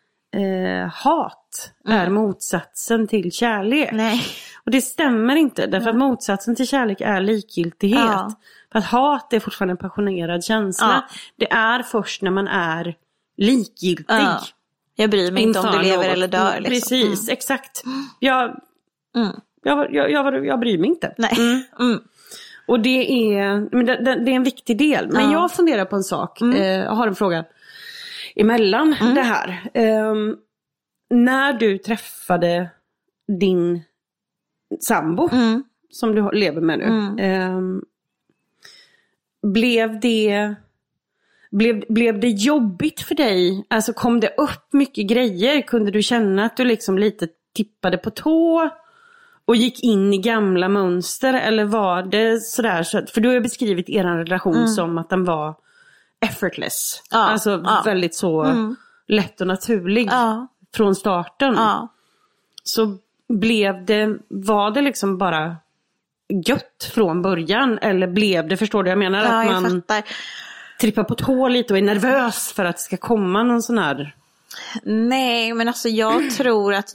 hat är motsatsen till kärlek. Nej. Och det stämmer inte. Därför att motsatsen till kärlek är likgiltighet. Ja. För att hat är fortfarande en passionerad känsla. Ja. Det är först när man är likgiltig. Ja. Jag bryr mig inte om du lever eller dör. Liksom. Precis, exakt. Jag bryr mig inte. Nej. Och det är en viktig del. Men jag funderar på en sak. Jag har en fråga emellan det här. När du träffade din sambo som du lever med nu. Blev det jobbigt för dig? Alltså kom det upp mycket grejer? Kunde du känna att du liksom lite tippade på tå? Och gick in i gamla mönster? Eller var det sådär? För du har beskrivit er relation som att den var effortless. Alltså väldigt så lätt och naturlig från starten. Så var det liksom bara gött från början? Eller blev det, förstår du jag menar? Att man trippar på tå lite och är nervös för att det ska komma någon sån här... Nej, men alltså jag tror att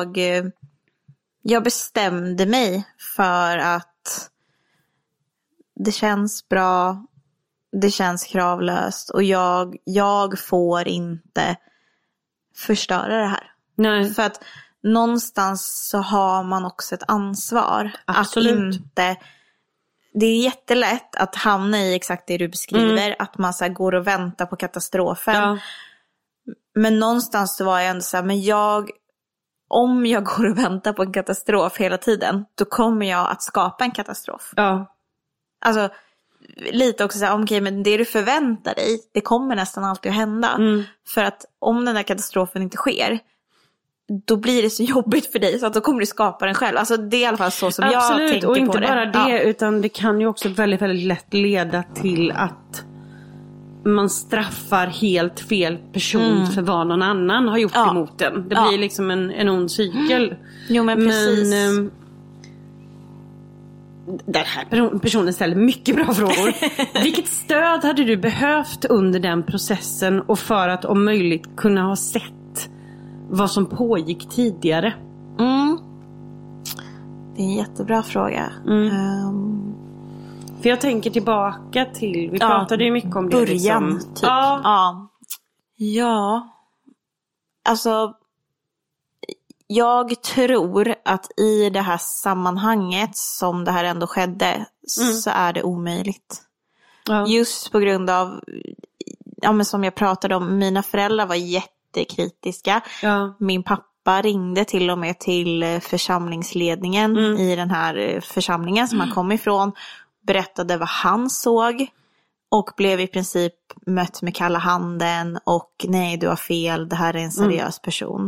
jag bestämde mig för att det känns bra, det känns kravlöst och jag får inte förstöra det här. Nej. För att någonstans så har man också ett ansvar. Absolut. Att inte... Det är jättelätt att hamna i exakt det du beskriver. Att man så här går och väntar på katastrofen. Ja. Men någonstans så var jag ändå så här, men om jag går och väntar på en katastrof hela tiden, då kommer jag att skapa en katastrof. Ja. Alltså lite också så här, okej, men det du förväntar dig, det kommer nästan alltid att hända. För att om den där katastrofen inte sker, då blir det så jobbigt för dig så att då kommer du skapa den själv. Alltså det är i alla fall så som jag tänker på det. Absolut, och inte bara det utan det kan ju också väldigt, väldigt lätt leda till att man straffar helt fel person för vad någon annan har gjort emot den. Det blir liksom en ond cykel. Jo, men precis. Men den här personen ställer mycket bra frågor. Vilket stöd hade du behövt under den processen och för att om möjligt kunna ha sett vad som pågick tidigare? Det är en jättebra fråga. För jag tänker tillbaka till, vi pratade ju mycket om det. Början, liksom. typ. Ja. Alltså, jag tror att i det här sammanhanget som det här ändå skedde så är det omöjligt. Just på grund av, men som jag pratade om, mina föräldrar var jättekritiska. Min pappa ringde till och med till församlingsledningen i den här församlingen som han kom ifrån. Berättade vad han såg och blev i princip mött med kalla handen och nej, du har fel, det här är en seriös person.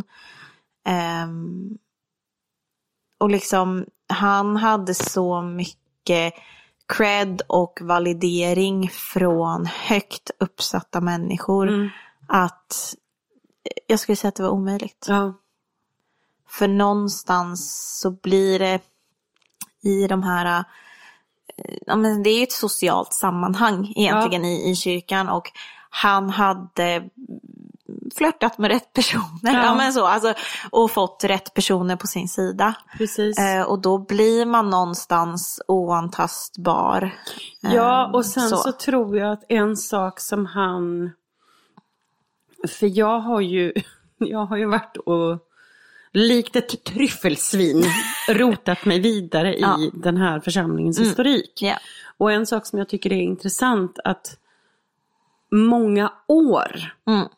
Och liksom han hade så mycket cred och validering från högt uppsatta människor att jag skulle säga att det var omöjligt. För någonstans så blir det i de här, men det är ju ett socialt sammanhang egentligen i kyrkan, och han hade flörtat med rätt personer men så, alltså, och fått rätt personer på sin sida. Precis. Och då blir man någonstans oantastbar. Och sen så tror jag att en sak som han, för jag har ju varit och likt ett tryffelsvin rotat mig vidare i den här församlingens historik. Och en sak som jag tycker är intressant, att många år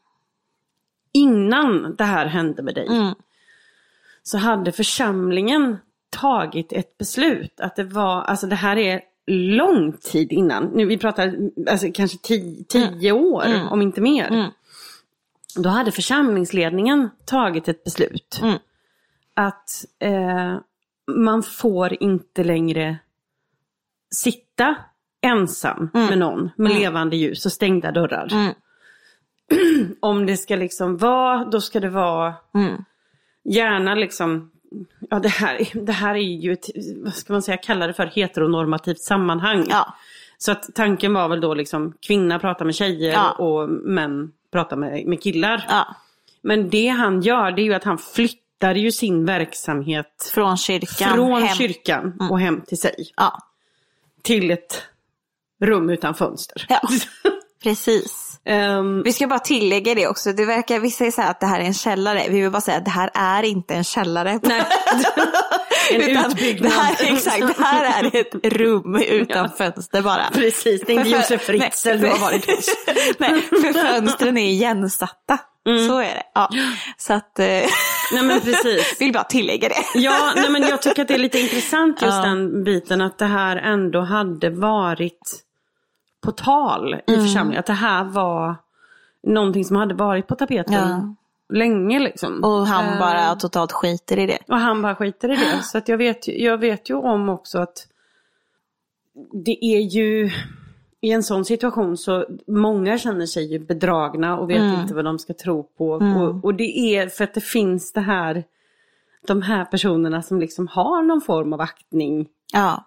innan det här hände med dig så hade församlingen tagit ett beslut att det var, alltså det här är lång tid innan. Nu vi pratar alltså kanske 10 år, om inte mer. Då hade församlingsledningen tagit ett beslut. Att man får inte längre sitta ensam med någon med levande ljus och stängda dörrar. Om det ska liksom vara, då ska det vara gärna liksom, ja det här är ju ett, vad ska man säga, kalla det för heteronormativt sammanhang. Ja. Så att tanken var väl då liksom kvinna pratar med tjejer och män pratar med killar. Ja. Men det han gör, det är ju att han flyttar ju sin verksamhet från kyrkan och hem till sig. Ja. Till ett rum utan fönster. Ja, precis. Vi ska bara tillägga det också. Det verkar, vissa är så här att det här är en källare. Vi vill bara säga att det här är inte en källare. Nej. En utbyggnad. Det här är ett rum utan fönster bara. Precis, det är inte Josef Fritzl du har varit hos. Nej, för fönstren är igensatta. Så är det. Ja. Så att nej, men precis. Vill bara tillägga det. Ja, nej, men jag tycker att det är lite intressant just den biten, att det här ändå hade varit på tal i församlingen. Att det här var någonting som hade varit på tapeten länge liksom. Och han bara totalt skiter i det. Och han bara skiter i det. Så att jag vet ju om också att det är ju i en sån situation så många känner sig ju bedragna och vet inte vad de ska tro på. Och det är för att det finns det här, de här personerna som liksom har någon form av aktning. Ja.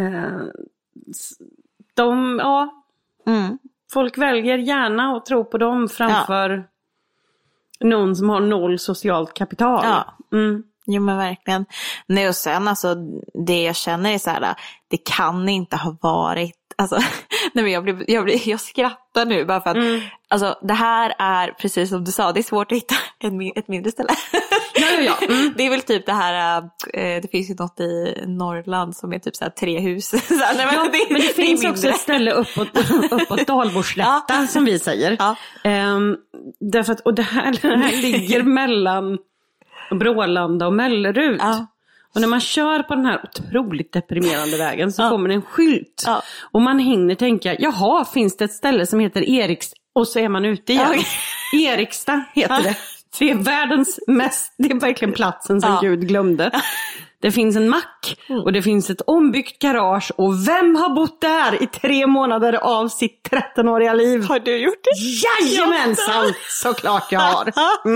Folk väljer gärna att tro på dem framför någon som har noll socialt kapital. Ja. Jo men verkligen. Nej, och sen alltså det jag känner är så här, det kan inte ha varit, alltså nej men jag skrattar nu bara för att alltså det här är precis som du sa, det är svårt att hitta ett mindre ställe. Ja. Det är väl typ det här, det finns ju något i Norrland som är typ så här 3 hus. Så här, men det finns också ett ställe uppåt Dalborgslätta som vi säger. Ja. Därför att, och det här ligger mellan Brålanda och Mellerud. Ja. Och när man kör på den här otroligt deprimerande vägen så kommer det en skylt. Ja. Och man hinner tänka, jaha, finns det ett ställe som heter Eriks... Och så är man ute igen. Erikstad heter det. Det är världens mest, det är verkligen platsen som Gud glömde. Det finns en mack och det finns ett ombyggt garage. Och vem har bott där i 3 månader av sitt 13-åriga liv? Har du gjort det? Jajamensan, såklart jag har.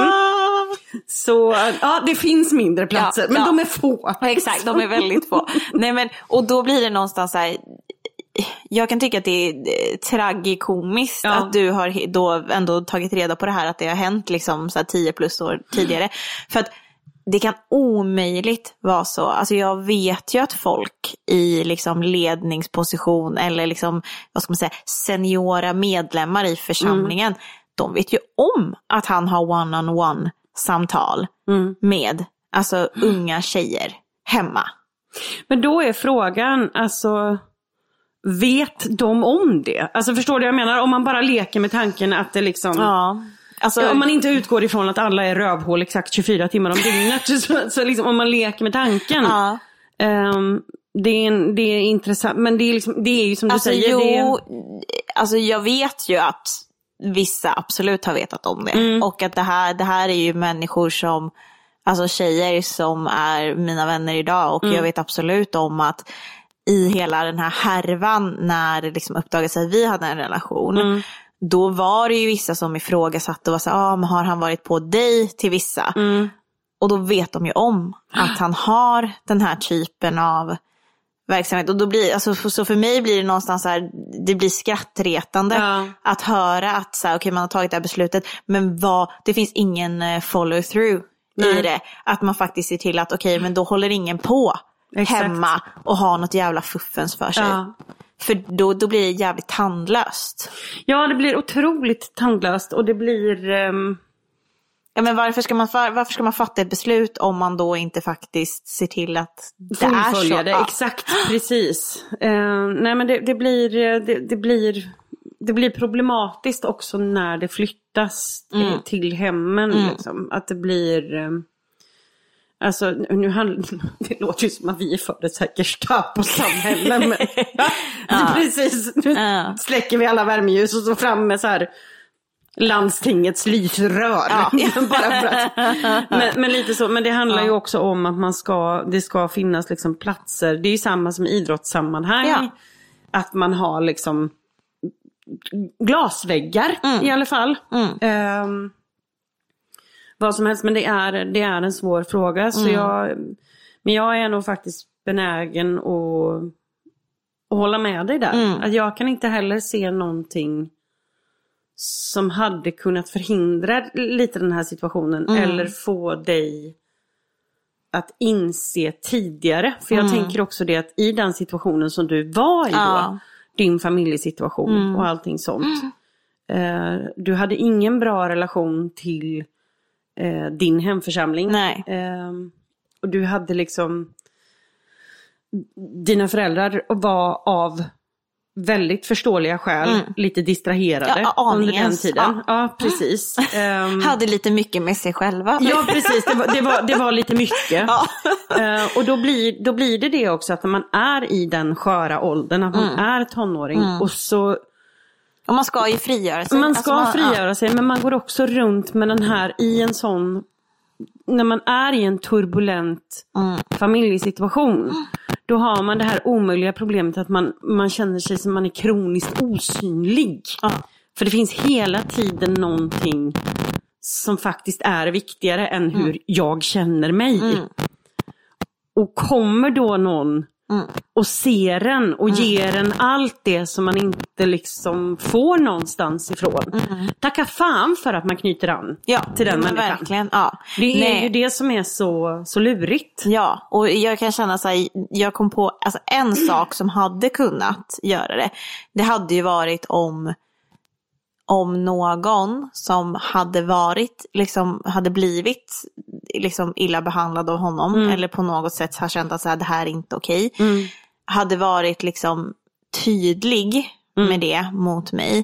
Så ja, det finns mindre platser, men de är få. Exakt, de är väldigt få. Nej, men, och då blir det någonstans så här... Jag kan tycka att det är tragikomiskt att du har då ändå tagit reda på det här, att det har hänt liksom så här 10+ år tidigare. För att det kan omöjligt vara så. Alltså jag vet ju att folk i liksom ledningsposition eller liksom, vad ska man säga, seniora medlemmar i församlingen, de vet ju om att han har one-on-one samtal med alltså unga tjejer hemma. Men då är frågan, alltså... Vet de om det? Alltså förstår du vad jag menar? Om man bara leker med tanken att det liksom... Ja. Alltså, om man inte utgår ifrån att alla är rövhål exakt 24 timmar om dygnet. så liksom, om man leker med tanken. Ja. Det är intressant. Men det är, liksom, det är ju som alltså, du säger. Alltså jag vet ju att vissa absolut har vetat om det. Och att det här är ju människor som... Alltså tjejer som är mina vänner idag. Och jag vet absolut om att... I hela den här härvan när det liksom uppdagades att vi hade en relation, då var det ju vissa som ifrågasatte och var så men har han varit på dig till vissa? Och då vet de ju om att han har den här typen av verksamhet. Och då blir, alltså, så för mig blir det någonstans så här, det blir skrattretande att höra att så här, okej, man har tagit det här beslutet, men det finns ingen follow through i det. Att man faktiskt ser till att okej, men då håller ingen på hemma och ha något jävla fuffens för sig. För då blir det jävligt tandlöst. Ja, det blir otroligt tandlöst. Och det blir... Ja, men varför ska man fatta ett beslut om man då inte faktiskt ser till att det är så? Det, exakt, precis. Nej, men det blir problematiskt också när det flyttas till hemmen. Liksom. Att det blir... Alltså, det låter ju som att vi är för ett Gestapo-samhälle, men precis, nu släcker vi alla värmeljus och så fram med så här landstingets lysrör. Bara för att. Men lite så, men det handlar ju också om att det ska finnas liksom platser. Det är ju samma som idrottssammanhang, att man har liksom glasväggar i alla fall. Vad som helst, men det är en svår fråga. Så jag är nog faktiskt benägen att hålla med dig där. Att jag kan inte heller se någonting som hade kunnat förhindra lite den här situationen. Eller få dig att inse tidigare. För jag tänker också det att i den situationen som du var i då, din familjesituation och allting sånt. Du hade ingen bra relation till din hemförsamling. Nej. Och du hade liksom, dina föräldrar var av väldigt förståeliga skäl lite distraherade under den tiden. Ja, precis. Hade lite mycket med sig själva. Ja, precis. Det var lite mycket. Och då blir det också att när man är i den sköra åldern, att man är tonåring och man ska ju frigöra sig. Man ska frigöra sig, men man går också runt med den här i en sån, när man är i en turbulent familjesituation, då har man det här omöjliga problemet att man känner sig som man är kroniskt osynlig. För det finns hela tiden någonting som faktiskt är viktigare än hur jag känner mig. Och kommer då någon och ser den och ger den allt det som man inte liksom får någonstans ifrån. Tacka fan för att man knyter an till den människan. Verkligen, Det är ju det som är så lurigt. Ja, och jag kan känna så här, jag kom på alltså, en sak som hade kunnat göra det. Det hade ju varit om någon som hade varit liksom, hade blivit liksom illa behandlad av honom eller på något sätt har känt att så här, det här är inte okej. Hade varit liksom tydlig med det mot mig.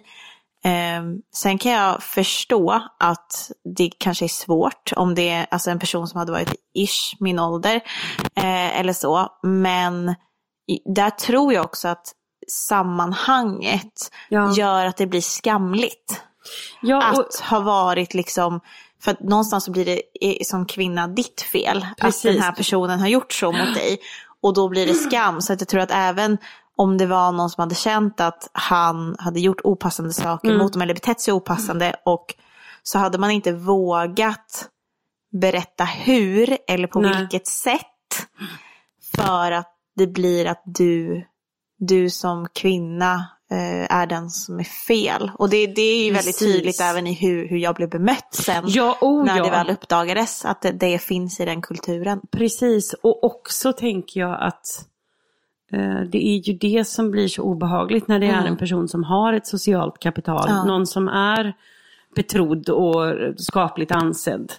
Sen kan jag förstå att det kanske är svårt om det är alltså en person som hade varit min ålder eller så, men där tror jag också att sammanhanget gör att det blir skamligt att ha varit liksom, för att någonstans så blir det som kvinna ditt fel. Precis. Att den här personen har gjort så mot dig, och då blir det skam. Så att jag tror att även om det var någon som hade känt att han hade gjort opassande saker mot dem eller betett sig opassande, och så hade man inte vågat berätta hur eller på vilket sätt, för att det blir att du som kvinna är den som är fel. Och det är ju väldigt tydligt även i hur jag blev bemött sen. När det väl uppdagades att det finns i den kulturen. Precis, och också tänker jag att det är ju det som blir så obehagligt när det är en person som har ett socialt kapital. Någon som är betrodd och skapligt ansedd.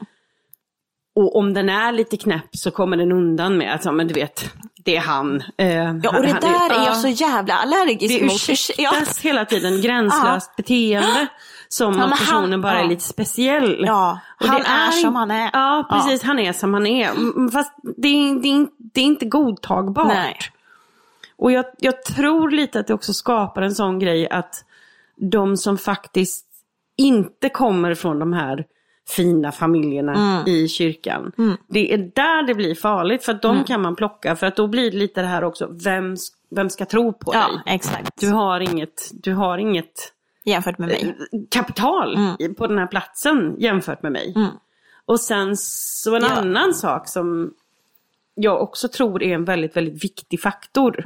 Och om den är lite knäpp så kommer den undan med att, men du vet, det är han. Och det där är jag så jävla allergisk mot. Det ursäktas hela tiden gränslöst beteende som att personen bara är lite speciell. Ja, och han är som han är. Ja, precis, han är som han är. Fast det är inte godtagbart. Nej. Och jag tror lite att det också skapar en sån grej att de som faktiskt inte kommer från de här fina familjerna i kyrkan. Det är där det blir farligt, för att de kan man plocka, för att då blir det lite det här också, vem ska tro på dig? Exakt. Du har inget jämfört med mig kapital på den här platsen jämfört med mig. Och sen så en annan sak som jag också tror är en väldigt, väldigt viktig faktor.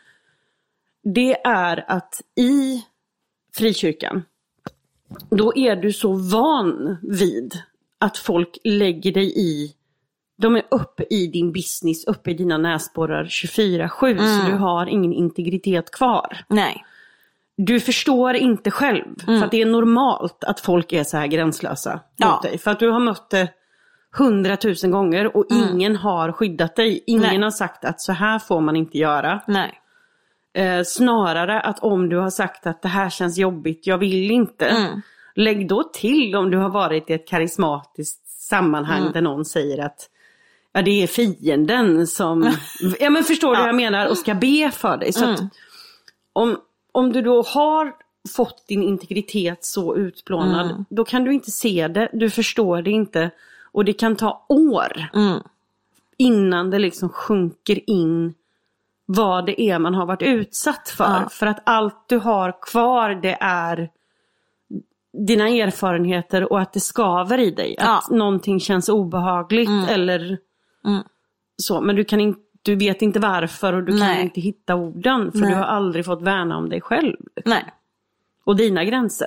Det är att i frikyrkan, då är du så van vid att folk lägger dig i, de är uppe i din business, uppe i dina näsborrar 24/7, så du har ingen integritet kvar. Nej. Du förstår inte själv, för att det är normalt att folk är så här gränslösa mot dig. För att du har mött det 100 000 gånger och ingen har skyddat dig. Ingen har sagt att så här får man inte göra. Nej. Snarare att om du har sagt att det här känns jobbigt, jag vill inte. Lägg då till om du har varit i ett karismatiskt sammanhang där någon säger att Ja, det är fienden som... Ja, men förstår du vad jag menar? Och ska be för dig. Så att om du då har fått din integritet så utplånad, då kan du inte se det. Du förstår det inte. Och det kan ta år innan det liksom sjunker in vad det är man har varit utsatt för. För att allt du har kvar, det är dina erfarenheter och att det skaver i dig. Att någonting känns obehagligt eller så. Men du vet inte varför och du kan inte hitta orden. För du har aldrig fått värna om dig själv. Nej. Och dina gränser.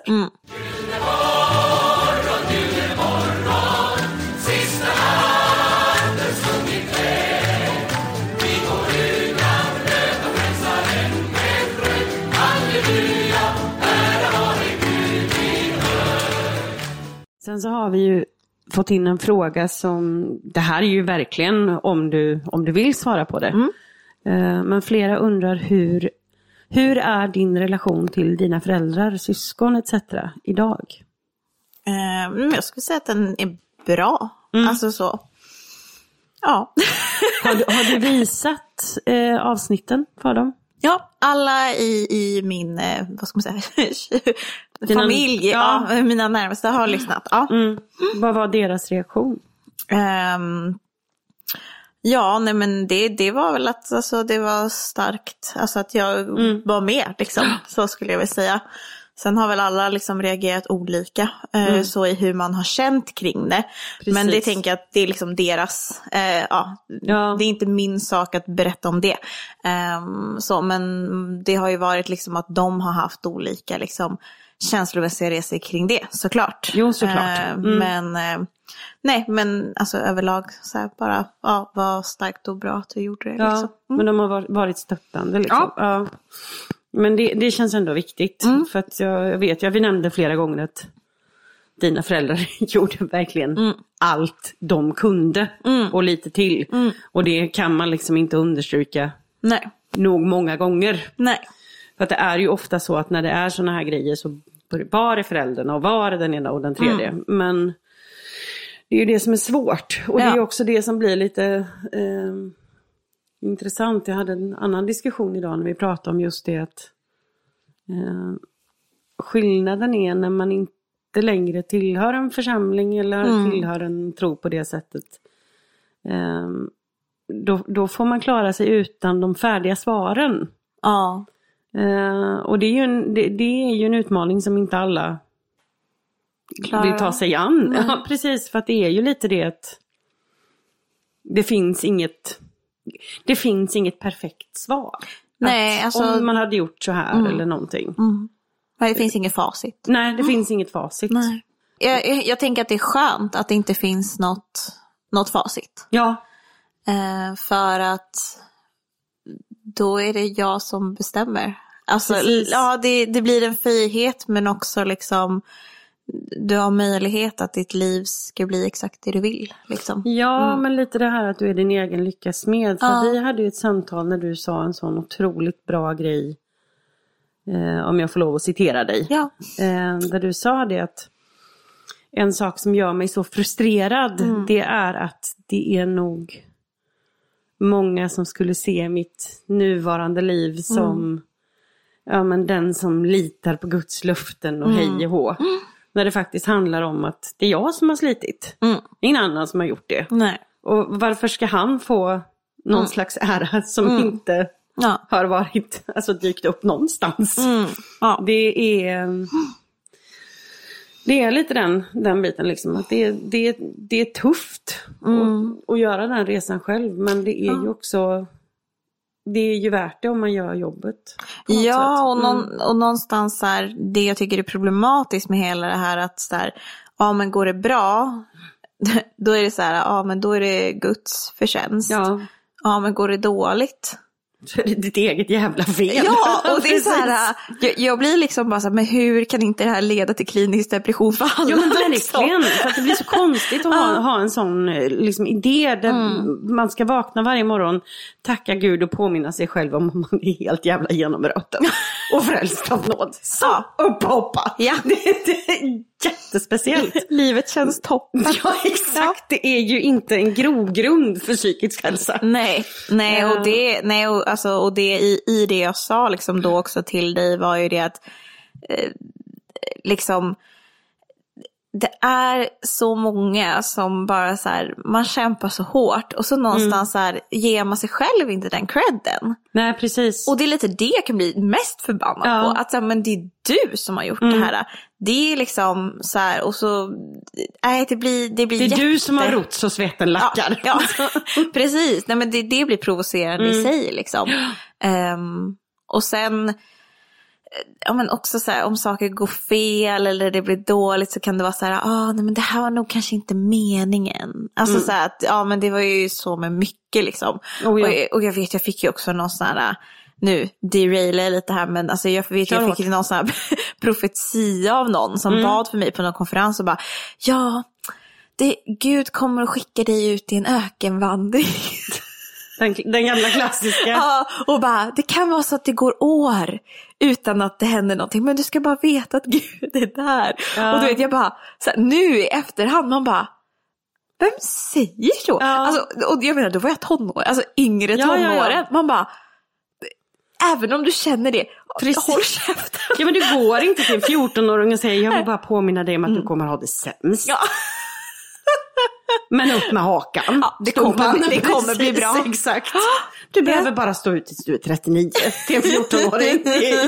Sen så har vi ju fått in en fråga som, det här är ju verkligen om du vill svara på det. Men flera undrar hur är din relation till dina föräldrar, syskon etc. idag? Jag skulle säga att den är bra. Alltså så. Ja. Har du visat avsnitten för dem? Ja, alla i min, vad ska man säga, familj, mina närmaste har lyssnat. Ja. Vad var deras reaktion? Ja, nej men det var väl att alltså, det var starkt. Alltså att jag var med liksom, så skulle jag väl säga. Sen har väl alla liksom reagerat olika så i hur man har känt kring det. Precis. Men det tänker jag att det är liksom deras, det är inte min sak att berätta om det. Så, men det har ju varit liksom att de har haft olika liksom känslomässiga resor kring det, såklart. Jo, såklart. Men alltså överlag så här, bara var starkt och bra att du gjorde det. Ja, liksom. men de har varit stöttande liksom. Ja. Men det känns ändå viktigt. För att jag vet, vi nämnde flera gånger att dina föräldrar gjorde verkligen allt de kunde. Och lite till. Och det kan man liksom inte understryka nog många gånger. Nej. För att det är ju ofta så att när det är såna här grejer så var det föräldrarna och var det den ena och den tredje. Men det är ju det som är svårt. Och det är också det som blir lite... intressant. Jag hade en annan diskussion idag när vi pratade om just det att skillnaden är när man inte längre tillhör en församling eller tillhör en tro på det sättet. Då får man klara sig utan de färdiga svaren. Ja. Och det är ju en utmaning som inte alla vill ta sig an. Ja, precis, för att det är ju lite det att det finns inget perfekt svar. Nej, alltså, om man hade gjort så här eller någonting. Nej, det finns inget facit. Nej, det finns inget facit. Nej. Jag tänker att det är skönt att det inte finns något facit. Ja. För att då är det jag som bestämmer. Alltså, det blir en frihet, men också liksom du har möjlighet att ditt liv ska bli exakt det du vill. Liksom. Ja, men lite det här att du är din egen lyckas med. För vi hade ju ett samtal när du sa en sån otroligt bra grej. Om jag får lov att citera dig. Ja. Där du sa det att en sak som gör mig så frustrerad, det är att det är nog många som skulle se mitt nuvarande liv som men den som litar på Guds löften och hej och hå. När det faktiskt handlar om att det är jag som har slitit. Ingen annan som har gjort det. Nej. Och varför ska han få någon slags ära som inte har varit, alltså dykt upp någonstans. Ja. Det är lite den biten liksom. Att det är tufft att göra den resan själv. Men det är ju också... Det är ju värt det om man gör jobbet. Ja, och någonstans här, det jag tycker är problematiskt med hela det här att så här, men går det bra, då är det så här, men då är det Guds förtjänst. Ja, men går det dåligt, så är det ditt eget jävla fel. Ja, och det är så här, jag blir liksom bara så här, men hur kan inte det här leda till klinisk depression för alla? Ja, men verkligen, för att det blir så konstigt att ha en sån liksom, idé där man ska vakna varje morgon, tacka Gud och påminna sig själv om man är helt jävla genombruten och frälst av nåd. Så, upp och hoppa. Ja. jättespeciellt. Livet känns toppen. Ja, exakt. Det är ju inte en grogrund för psykisk hälsa. Nej, och det i det jag sa liksom då också till dig var ju det att liksom det är så många som bara så här, man kämpar så hårt och så någonstans så här, ger man sig själv inte den credden. Nej, precis. Och det är lite det jag kan bli mest förbannad på. Att så här, men det är du som har gjort det här. Det är liksom så här, och så det blir det är du som har rott så svetten lackar. Ja, precis. Nej, men det blir provocerande i sig liksom. Och sen men också så här, om saker går fel eller det blir dåligt så kan det vara så här, nej men det här var nog kanske inte meningen. Alltså så här att, men det var ju så med mycket liksom. Och jag vet, jag fick ju också någon sån här, nu derailar lite här, men alltså jag fick ju någon sån här profetia av någon som bad för mig på någon konferens och bara, Gud kommer att skicka dig ut i en ökenvandring. Den gamla klassiska. Ja, och bara, det kan vara så att det går år utan att det händer någonting. Men du ska bara veta att Gud är där. Ja. Och du vet, jag bara, så här, nu i efterhand, man bara, vem säger så? Ja. Alltså, och jag menar, då var jag tonår, alltså yngre tonåren. Ja. Man bara, även om du känner det, håll käften. Ja, men du går inte till en 14-åring och säger, jag vill bara påminna dig om att du kommer ha det sämst. Ja. Men upp med hakan. Ja, det kommer bli bra. Exakt. Du behöver bara stå ut tills du är 39 till en 14-åring.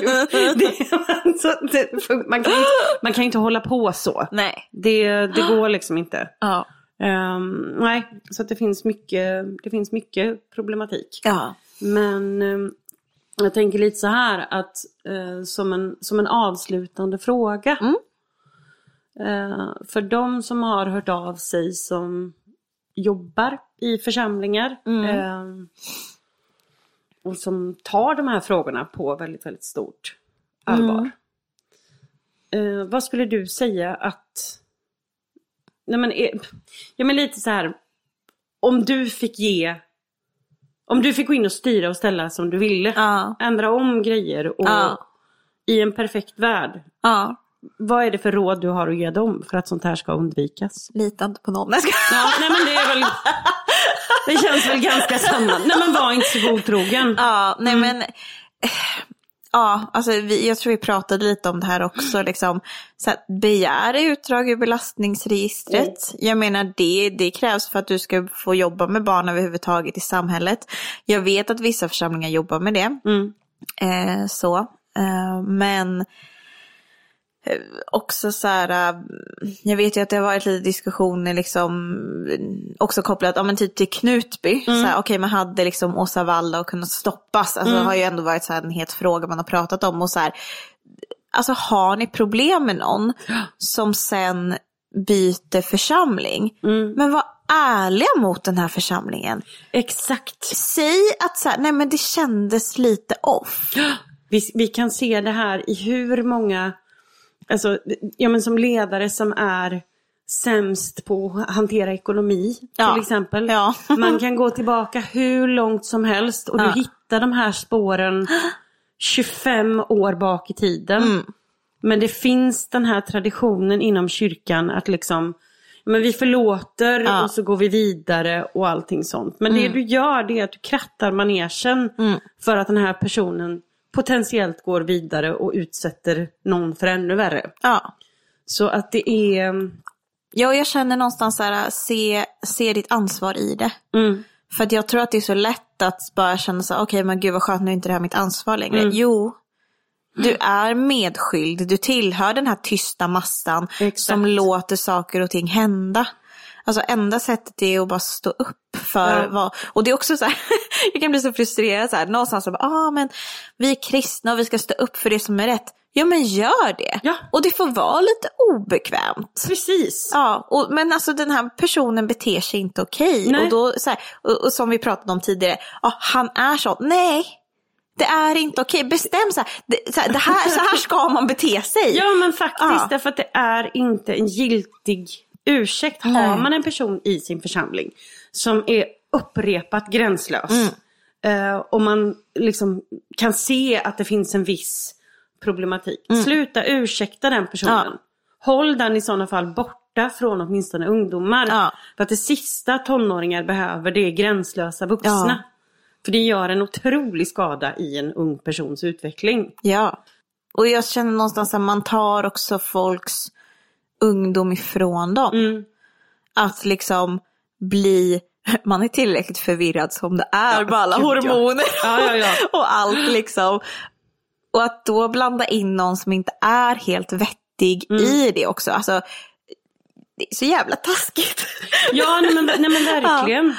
Man kan inte hålla på så. Nej. Det går liksom inte. Ja. Nej, så att det finns mycket problematik. Ja. Men jag tänker lite så här att som en avslutande fråga. För de som har hört av sig som jobbar i församlingar och som tar de här frågorna på väldigt, väldigt stort allvar. Vad skulle du säga att men lite så här, om du fick gå in och styra och ställa som du ville, ändra om grejer och i en perfekt värld. Vad är det för råd du har att ge dem för att sånt här ska undvikas? Lita inte på någon. Nej, men det är väl... Det känns väl ganska samma. Nej, men var inte så godtrogen. Men... alltså jag tror vi pratade lite om det här också. Liksom, så att begära utdrag ur belastningsregistret. Jag menar, det krävs för att du ska få jobba med barn överhuvudtaget i samhället. Jag vet att vissa församlingar jobbar med det. Men... också så här, jag vet ju att det har varit lite diskussioner liksom också kopplat men typ till Knutby så här, okej, man hade liksom Åsa Walla och kunnat stoppas, alltså det har ju ändå varit så här en het fråga man har pratat om och så här, alltså har ni problem med någon som sen byter församling, men var ärliga mot den här församlingen. Exakt. Säg att så här, nej men det kändes lite off. Vi kan se det här i hur många, alltså, men som ledare som är sämst på att hantera ekonomi till exempel. Ja. Man kan gå tillbaka hur långt som helst och du hittar de här spåren 25 år bak i tiden. Men det finns den här traditionen inom kyrkan att liksom, men vi förlåter och så går vi vidare och allting sånt. Men det du gör, det är att du krattar manegen för att den här personen potentiellt går vidare och utsätter någon för ännu värre. Ja. Så att det är... Ja, jag känner någonstans så här, se ditt ansvar i det. För att jag tror att det är så lätt att bara känna så, okej, men gud vad skönt, nu är inte det här mitt ansvar längre. Jo, du är medskyldig. Du tillhör den här tysta massan som låter saker och ting hända. Alltså enda sättet är att bara stå upp för vad... Och det är också så här, jag kan bli så frustrerad så här, någonstans så bara, men vi är kristna och vi ska stå upp för det som är rätt. Ja, men gör det. Ja. Och det får vara lite obekvämt. Precis. Ja, men alltså den här personen beter sig inte okej. Och då så här, och som vi pratade om tidigare, han är så. Nej. Det är inte okej. Bestäm så här ska man bete sig. Ja, men faktiskt därför att det är inte en giltig ursäkt. Har man en person i sin församling som är upprepat gränslös och man liksom kan se att det finns en viss problematik. Sluta ursäkta den personen. håll den i sådana fall borta från åtminstone ungdomar. Ja. För att det sista tonåringar behöver, det är gränslösa vuxna. Ja. För det gör en otrolig skada i en ung persons utveckling. Ja, och jag känner någonstans att man tar också folks ungdom ifrån dem. Att liksom man är tillräckligt förvirrad som det är med alla hormoner och allt liksom. Och att då blanda in någon som inte är helt vettig i det också. Alltså, det är så jävla taskigt. Ja, nej men verkligen.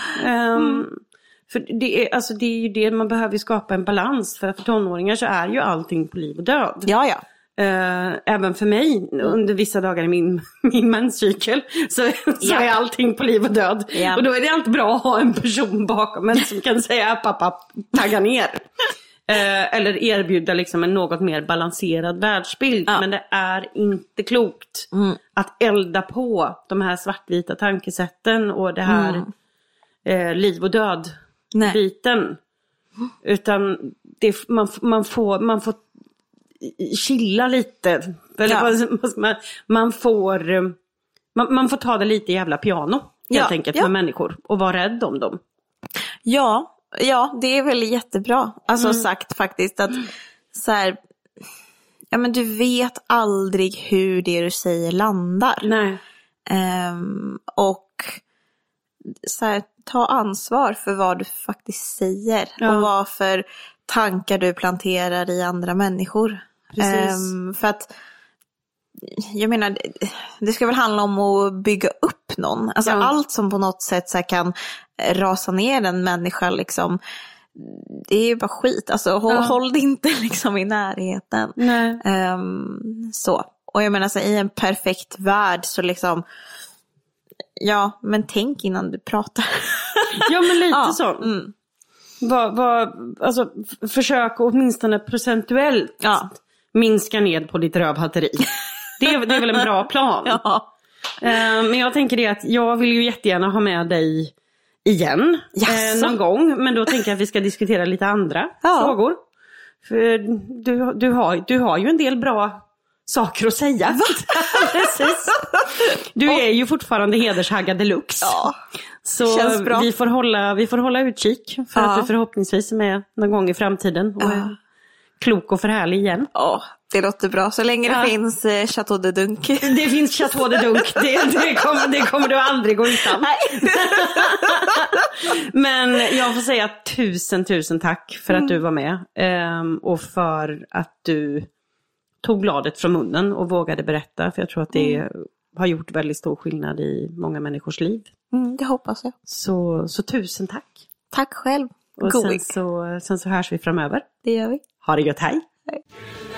För det är ju det, man behöver skapa en balans. För tonåringar så är ju allting på liv och död. Ja. Även för mig under vissa dagar i min menscykel så är allting på liv och död. Ja. Och då är det alltid bra att ha en person bakom en som kan säga pappa, tagga ner. Eller erbjuda liksom en något mer balanserad världsbild. Ja. Men det är inte klokt att elda på de här svartvita tankesätten och det här liv och död biten. Utan man får chilla lite. Eller man får ta det lite jävla piano helt enkelt med människor och vara rädd om dem. Ja, det är väl jättebra. Alltså sagt faktiskt att så här, ja men du vet aldrig hur det du säger landar. Nej. Och så här, ta ansvar för vad du faktiskt säger och vad för tankar du planterar i andra människor. För att jag menar, det ska väl handla om att bygga upp någon. Alltså allt som på något sätt så här kan rasa ner en människa liksom, det är ju bara skit. Alltså håll det inte liksom i närheten. Så. Och jag menar så i en perfekt värld så liksom, ja men tänk innan du pratar. Ja men lite så. Alltså försök åtminstone procentuellt minska ned på ditt rövhatteri. Det är väl en bra plan. Men jag tänker det att jag vill ju jättegärna ha med dig igen någon gång. Men då tänker jag att vi ska diskutera lite andra frågor. För du har ju en del bra saker att säga. Precis. Du är ju fortfarande hedershagga deluxe. Ja. Så vi får hålla utkik för att du förhoppningsvis är med någon gång i framtiden och är klok och förhärlig igen. Ja, det låter bra. Så länge det finns Chateau de Dunk. Det finns Chateau de Dunk. Det kommer du aldrig gå utan. Men jag får säga tusen tack för att du var med. Och för att du tog bladet från munnen och vågade berätta. För jag tror att det har gjort väldigt stor skillnad i många människors liv. Det hoppas jag. Så tusen tack. Tack själv. Och sen så hörs vi framöver. Det gör vi. Ha det gött, hej. Hej.